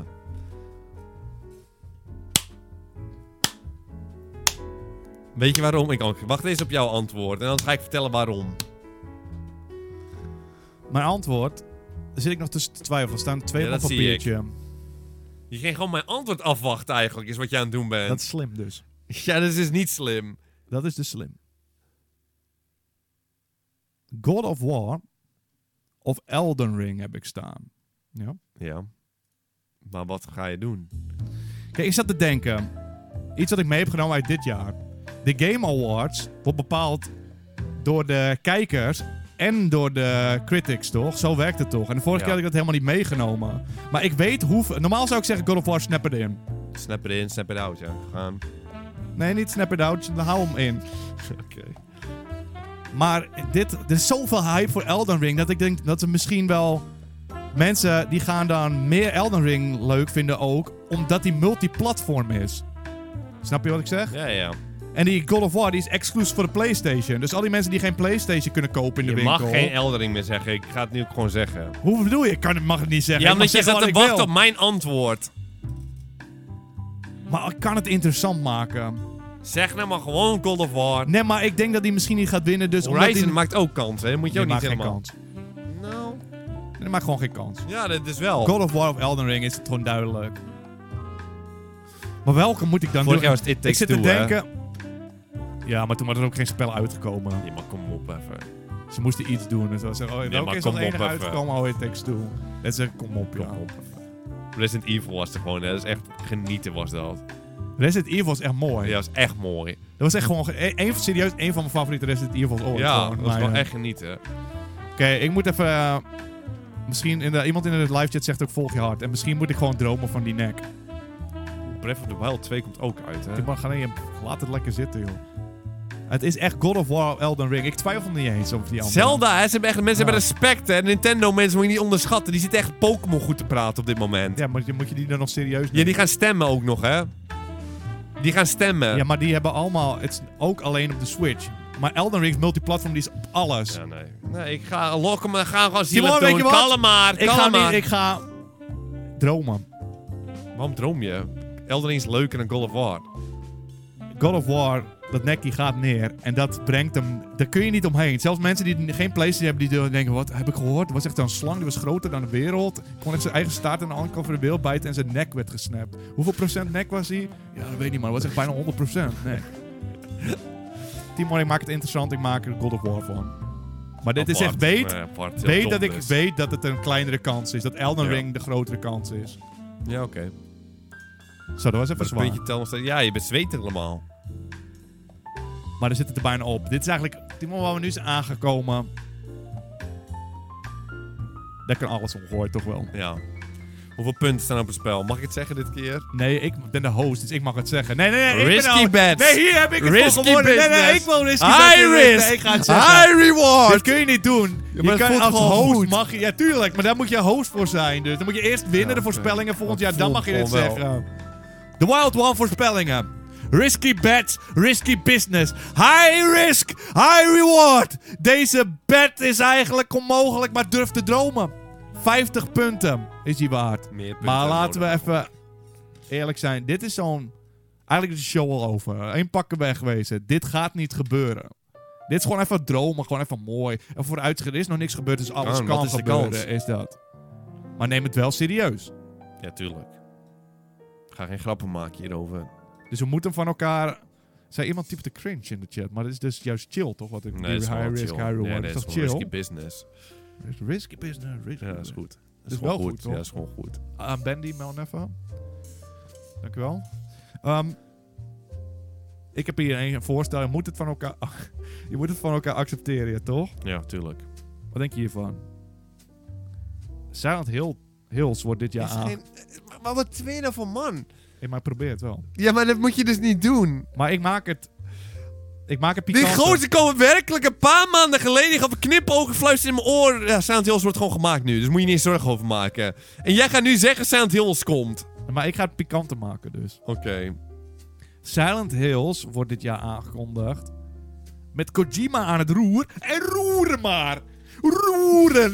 Weet je waarom? Ik ook. Wacht eens op jouw antwoord. En dan ga ik vertellen waarom. Mijn antwoord... Daar zit ik nog tussen te twijfelen. Er staan twee Ja, op een dat zie papiertje. Je ging gewoon mijn antwoord afwachten eigenlijk, is wat je aan het doen bent. Dat is slim dus. Ja, dat is dus niet slim. Dat is dus slim. God of War of Elden Ring heb ik staan. Ja. Ja. Maar wat ga je doen? Kijk, ik zat te denken. Iets wat ik mee heb genomen uit dit jaar. De Game Awards wordt bepaald door de kijkers en door de critics, toch? Zo werkt het toch? En de vorige Ja. keer had ik dat helemaal niet meegenomen. Maar ik weet hoeveel... Normaal zou ik zeggen God of War, snap it in. Snap it in, snap it out, ja. Gaan. Nee, niet snap it out, hou hem in. Oké. Maar dit, er is zoveel hype voor Elden Ring dat ik denk dat er misschien wel mensen die gaan dan meer Elden Ring leuk vinden ook, omdat die multiplatform is. Snap je wat ik zeg? Ja, ja. En die God of War die is exclusief voor de PlayStation. Dus al die mensen die geen PlayStation kunnen kopen in de Je winkel. mag geen Elden Ring meer zeggen. Ik ga het nu ook gewoon zeggen. Hoe bedoel je? Ik kan, mag het niet zeggen. Ja, Ik mag omdat je zeggen zat te wat ik wachten wil. op mijn antwoord. Maar ik kan het interessant maken. Zeg nou maar gewoon God of War. Nee, maar ik denk dat hij misschien niet gaat winnen. Dus omdat Horizon die... maakt ook kans, hè? Dat moet je Die ook niet maakt geen helemaal... kans. Nou... Die maakt gewoon geen kans. Ja, dat is wel. God of War of Elden Ring is het gewoon duidelijk. Maar welke moet ik dan Vorig doen? jaar was het It Ik Takes zit te Two, hè? denken... Ja, maar toen was er ook geen spel uitgekomen. Ja, maar kom op even. Ze moesten iets doen. En zo zeggen, oh, welke maar is kom als op enige even. uitgekomen? Oh, It Takes Two. Dat is kom op, ja. Kom op even. Resident Evil was er gewoon, hè? Dat is echt genieten was dat. Resident Evil is echt mooi. Ja, dat is echt mooi. Dat was echt gewoon... ge- Een, serieus, een van mijn favoriete Resident Evils ooit. Ja, gewoon. dat was Maar, wel eh, echt genieten. Oké, ik moet even... eh, misschien in de, iemand in de live chat zegt ook volg je hart. En misschien moet ik gewoon dromen van die nek. Breath of the Wild twee komt ook uit, hè? Die mag alleen, laat het lekker zitten, joh. Het is echt God of War, Elden Ring. Ik twijfel niet eens of die andere. Zelda, hè? Ze hebben echt, mensen Ja. hebben respect, hè. Nintendo mensen moet je niet onderschatten. Die zitten echt Pokémon goed te praten op dit moment. Ja, maar je- moet je die dan nog serieus nemen? Ja, die gaan stemmen ook nog, hè. Die gaan stemmen. Ja, maar die hebben allemaal... Het is ook alleen op de Switch. Maar Elden Ring is multiplatform, die is op alles. Ja, nee. Nee, ik ga lokken me, ga gewoon zielig Simon, weet doen. je wat? Kalm maar, Ik kalm ga, maar. niet, ik ga dromen. Waarom droom je? Elden Ring is leuker dan God of War. God of War, dat nekkie gaat neer. En dat brengt hem... Daar kun je niet omheen. Zelfs mensen die geen PlayStation hebben, die denken... Wat heb ik gehoord? Er was echt een slang, die was groter dan de wereld. Kon echt zijn eigen staart aan de andere kant van de wereld bijten en zijn nek werd gesnapt. Hoeveel procent nek was hij? Ja, dat weet ik niet, maar dat was echt bijna honderd procent nek. Timon, ik maak het interessant. Ik maak er God of War van. Maar dit is echt... Apart. Weet, Nee, apart. Heel weet dom dat ik dus. weet dat het een kleinere kans is. Dat Elden Ja. Ring de grotere kans is. Ja, oké. Zo, dat was even Maar een zwaar. puntje tellen nog steeds. Ja, je bent zweetig allemaal. Maar er zit het er bijna op. Dit is eigenlijk... Timon, waar we nu zijn aangekomen... Daar kan alles omgooien, toch wel? Ja. Hoeveel punten staan op het spel? Mag ik het zeggen dit keer? Nee, ik ben de host, dus ik mag het zeggen. Nee, nee, nee. Ik Risky ben de host. bets. Nee, hier heb ik het Risky voor gewonnen. Nee, nee, business. ik wil risky High bets. risk. Nee, ik ga het zeggen. High reward. Dit kun je niet doen. Ja, maar je het kan voelt als gewoon host goed. mag je... Ja, tuurlijk. Maar daar moet je host voor zijn. Dus dan moet je eerst winnen, Ja, de oké. voorspellingen volgend Dat jaar. Dan voelt mag je dit gewoon wel. zeggen. De Wild One voorspellingen. Risky bets, risky business. High risk, high reward. Deze bet is eigenlijk onmogelijk, maar durf te dromen. vijftig punten is die waard. Meer punten Maar laten we nodig. even eerlijk zijn. Dit is zo'n... Eigenlijk is de show al over. Eén pakken wegwezen. Dit gaat niet gebeuren. Dit is gewoon even dromen. Gewoon even mooi. En vooruitzicht, er is nog niks gebeurd. Dus alles Kan, kan wat is de gebeuren. kans? Is dat. Maar neem het wel serieus. Ja, tuurlijk. Ik ga geen grappen maken hierover. Dus we moeten van elkaar... Zei iemand typte cringe in de chat. Maar dat is dus juist chill, toch? Wat ik Nee, dat is high wel risk, chill. high reward. Nee, nee, is dat toch is chill? gewoon risky business. Risky business. Risky Ja, dat is goed. Dat is gewoon wel goed, toch? Ja, dat is gewoon goed. Uh, Bandy, Melneffa. Dankjewel. Um, ik heb hier een voorstel. Je moet het van elkaar, je moet het van elkaar accepteren, toch? Ja, tuurlijk. Wat denk je hiervan? Silent Hill, Hills wordt dit jaar Is aan. geen- Maar wat ben je nou voor man? Ik maar probeer het wel. Ja, maar dat moet je dus niet doen. Maar ik maak het... Ik maak het Die pikant. gozer komen werkelijk een paar maanden geleden. Die gaf een knipogen fluisteren in mijn oor. Ja, Silent Hills wordt gewoon gemaakt nu. Dus moet je niet eens zorgen over maken. En jij gaat nu zeggen Silent Hills komt. Maar ik ga het pikanter maken dus. Oké. Silent Hills wordt dit jaar aangekondigd. Met Kojima aan het roer. En roeren maar! Roeren!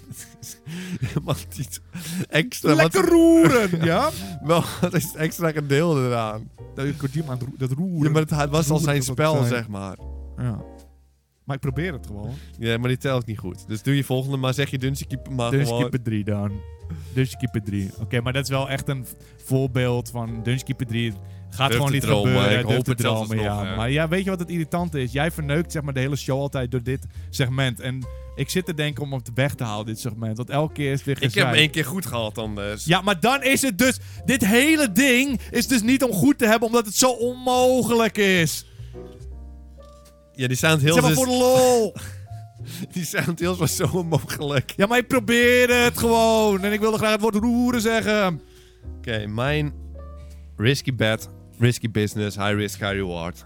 Je mag niet extra... Lekker wat, roeren, ja? wel, wat is het extra gedeelte eraan? Dat Kojima aan het roeren. Dat roeren. Ja, maar het, het was al zijn Roeren, dat spel, zijn. zeg maar. Ja. Maar ik probeer het gewoon. Ja, maar die telt niet goed. Dus doe je volgende, maar zeg je Dungeon Keeper maar Dungeon gewoon... Keeper drie dan. Dungeon Keeper drie. Oké, maar dat is wel echt een v- voorbeeld van Dungeon Keeper drie. Gaat Durf gewoon te niet dromen, gebeuren. ik Durf hoop te het zelfs dromen, alsnog, ja. hè. Maar ja, weet je wat het irritant is? Jij verneukt zeg maar de hele show altijd door dit segment. En ik zit te denken om het weg te halen, dit segment. Want elke keer is het weer Ik heb gezeik. hem één keer goed gehad anders. Ja, maar dan is het dus... Dit hele ding is dus niet om goed te hebben, omdat het zo onmogelijk is. Ja, die Silent Hills Zeg maar is... voor de lol. Die Silent Hills was zo onmogelijk. Ja, maar ik probeer het gewoon. En ik wilde graag het woord roeren zeggen. Oké, mijn risky bet, risky business, high risk, high reward.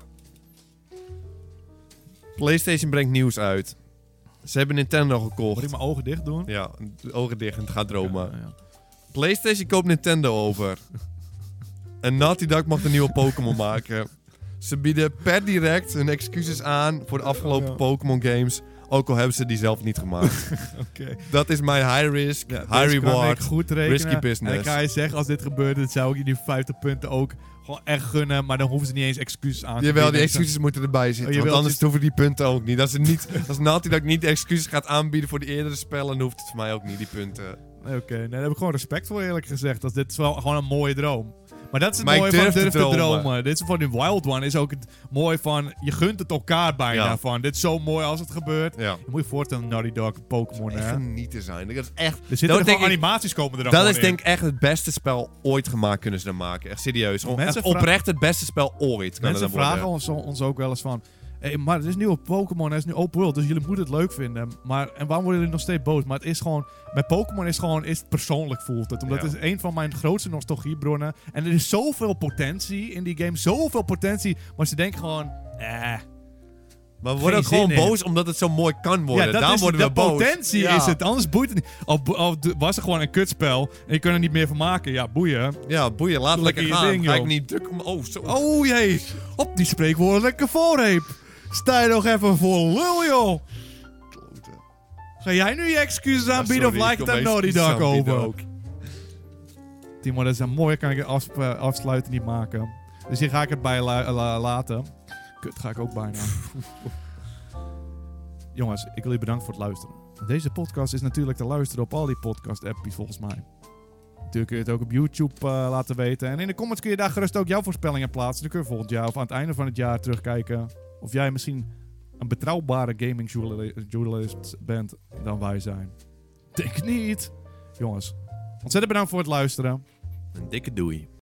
PlayStation brengt nieuws uit. Ze hebben Nintendo Moet gekocht. ik mijn ogen dicht doen? Ja, de ogen dicht en het gaat dromen. Ja, ja. PlayStation koopt Nintendo over. En Naughty Dog mag een nieuwe Pokémon maken. Ze bieden per direct hun excuses aan voor de afgelopen Ja. Pokémon games. Ook al hebben ze die zelf niet gemaakt. Oké. Dat is mijn high risk, Ja, high deze kan reward. ik goed rekenen. risky business. En ik ga je zeggen, als dit gebeurt, dan zou ik je die vijftig punten ook gewoon echt gunnen. Maar dan hoeven ze niet eens excuses aan te Jawel, die bieden. excuses moeten erbij zitten. Oh, je want wilt anders iets- hoeven die punten ook niet. Als, ze niet, als Naughty Dog niet de excuses gaat aanbieden voor de eerdere spellen, dan hoeft het voor mij ook niet, die punten. Nee, Oké, nee, daar heb ik gewoon respect voor, eerlijk gezegd. Dat dit is wel gewoon een mooie droom. Maar dat is het Maar ik mooie van durf te durf te dromen. dromen. Dit is van die Wild One is ook het mooie van... Je gunt het elkaar bijna Ja. van. Dit is zo mooi als het gebeurt. Ja. Je moet je voorstellen, Naughty Dog, Pokémon, Echt hè. genieten zijn. Dat is echt... Er zitten dat er denk gewoon ik- animaties komen er dan Dat gewoon is in. denk ik echt het beste spel ooit gemaakt kunnen ze dan maken. Echt serieus. Gewoon Mensen echt vra- oprecht het beste spel ooit kan Mensen het dan worden. vragen ons, ons ook wel eens van... Hey, maar het is nieuwe Pokémon, het is nu open world, dus jullie moeten het leuk vinden. Maar, en waarom worden jullie nog steeds boos? Maar het is gewoon... Met Pokémon is gewoon... Is het persoonlijk voelt het. Omdat Ja. het is een van mijn grootste nostalgiebronnen. En er is zoveel potentie in die game. Zoveel potentie. Maar ze denken gewoon... Eh... Maar we worden ook Geen gewoon zin in. boos omdat het zo mooi kan worden. Ja, dat Daar is worden de we boos. potentie Ja. is het. Anders boeit het niet. Al, bo- al d- was er gewoon een kutspel en je kunt er niet meer van maken. Ja, boeien. Ja, boeien. Laat Doe lekker lekker je gaan. ding, Ga ik joh. niet druk om... Oh, zo. Oh jee. Op die spreekwoordelijke voorreep. Sta je nog even voor lul, joh. Kloten. Ga jij nu je excuses Ja, aanbieden sorry, of ik lijkt wil het mijn aan Naughty excuses Dog aanbieden over? ook. Timo, dat is een mooie, kan ik het afsp- eh, afsluiten niet maken. Dus hier ga ik het bij la- la- laten. Kut, ga ik ook bijna. Jongens, ik wil je bedanken voor het luisteren. Deze podcast is natuurlijk te luisteren op al die podcast-apps volgens mij. Natuurlijk kun je het ook op YouTube uh, laten weten. En in de comments kun je daar gerust ook jouw voorspellingen plaatsen. Dan kun je volgend jaar of aan het einde van het jaar terugkijken. Of jij misschien een betrouwbare gaming-journalist bent dan wij zijn. Denk niet. Jongens, ontzettend bedankt voor het luisteren. Een dikke doei.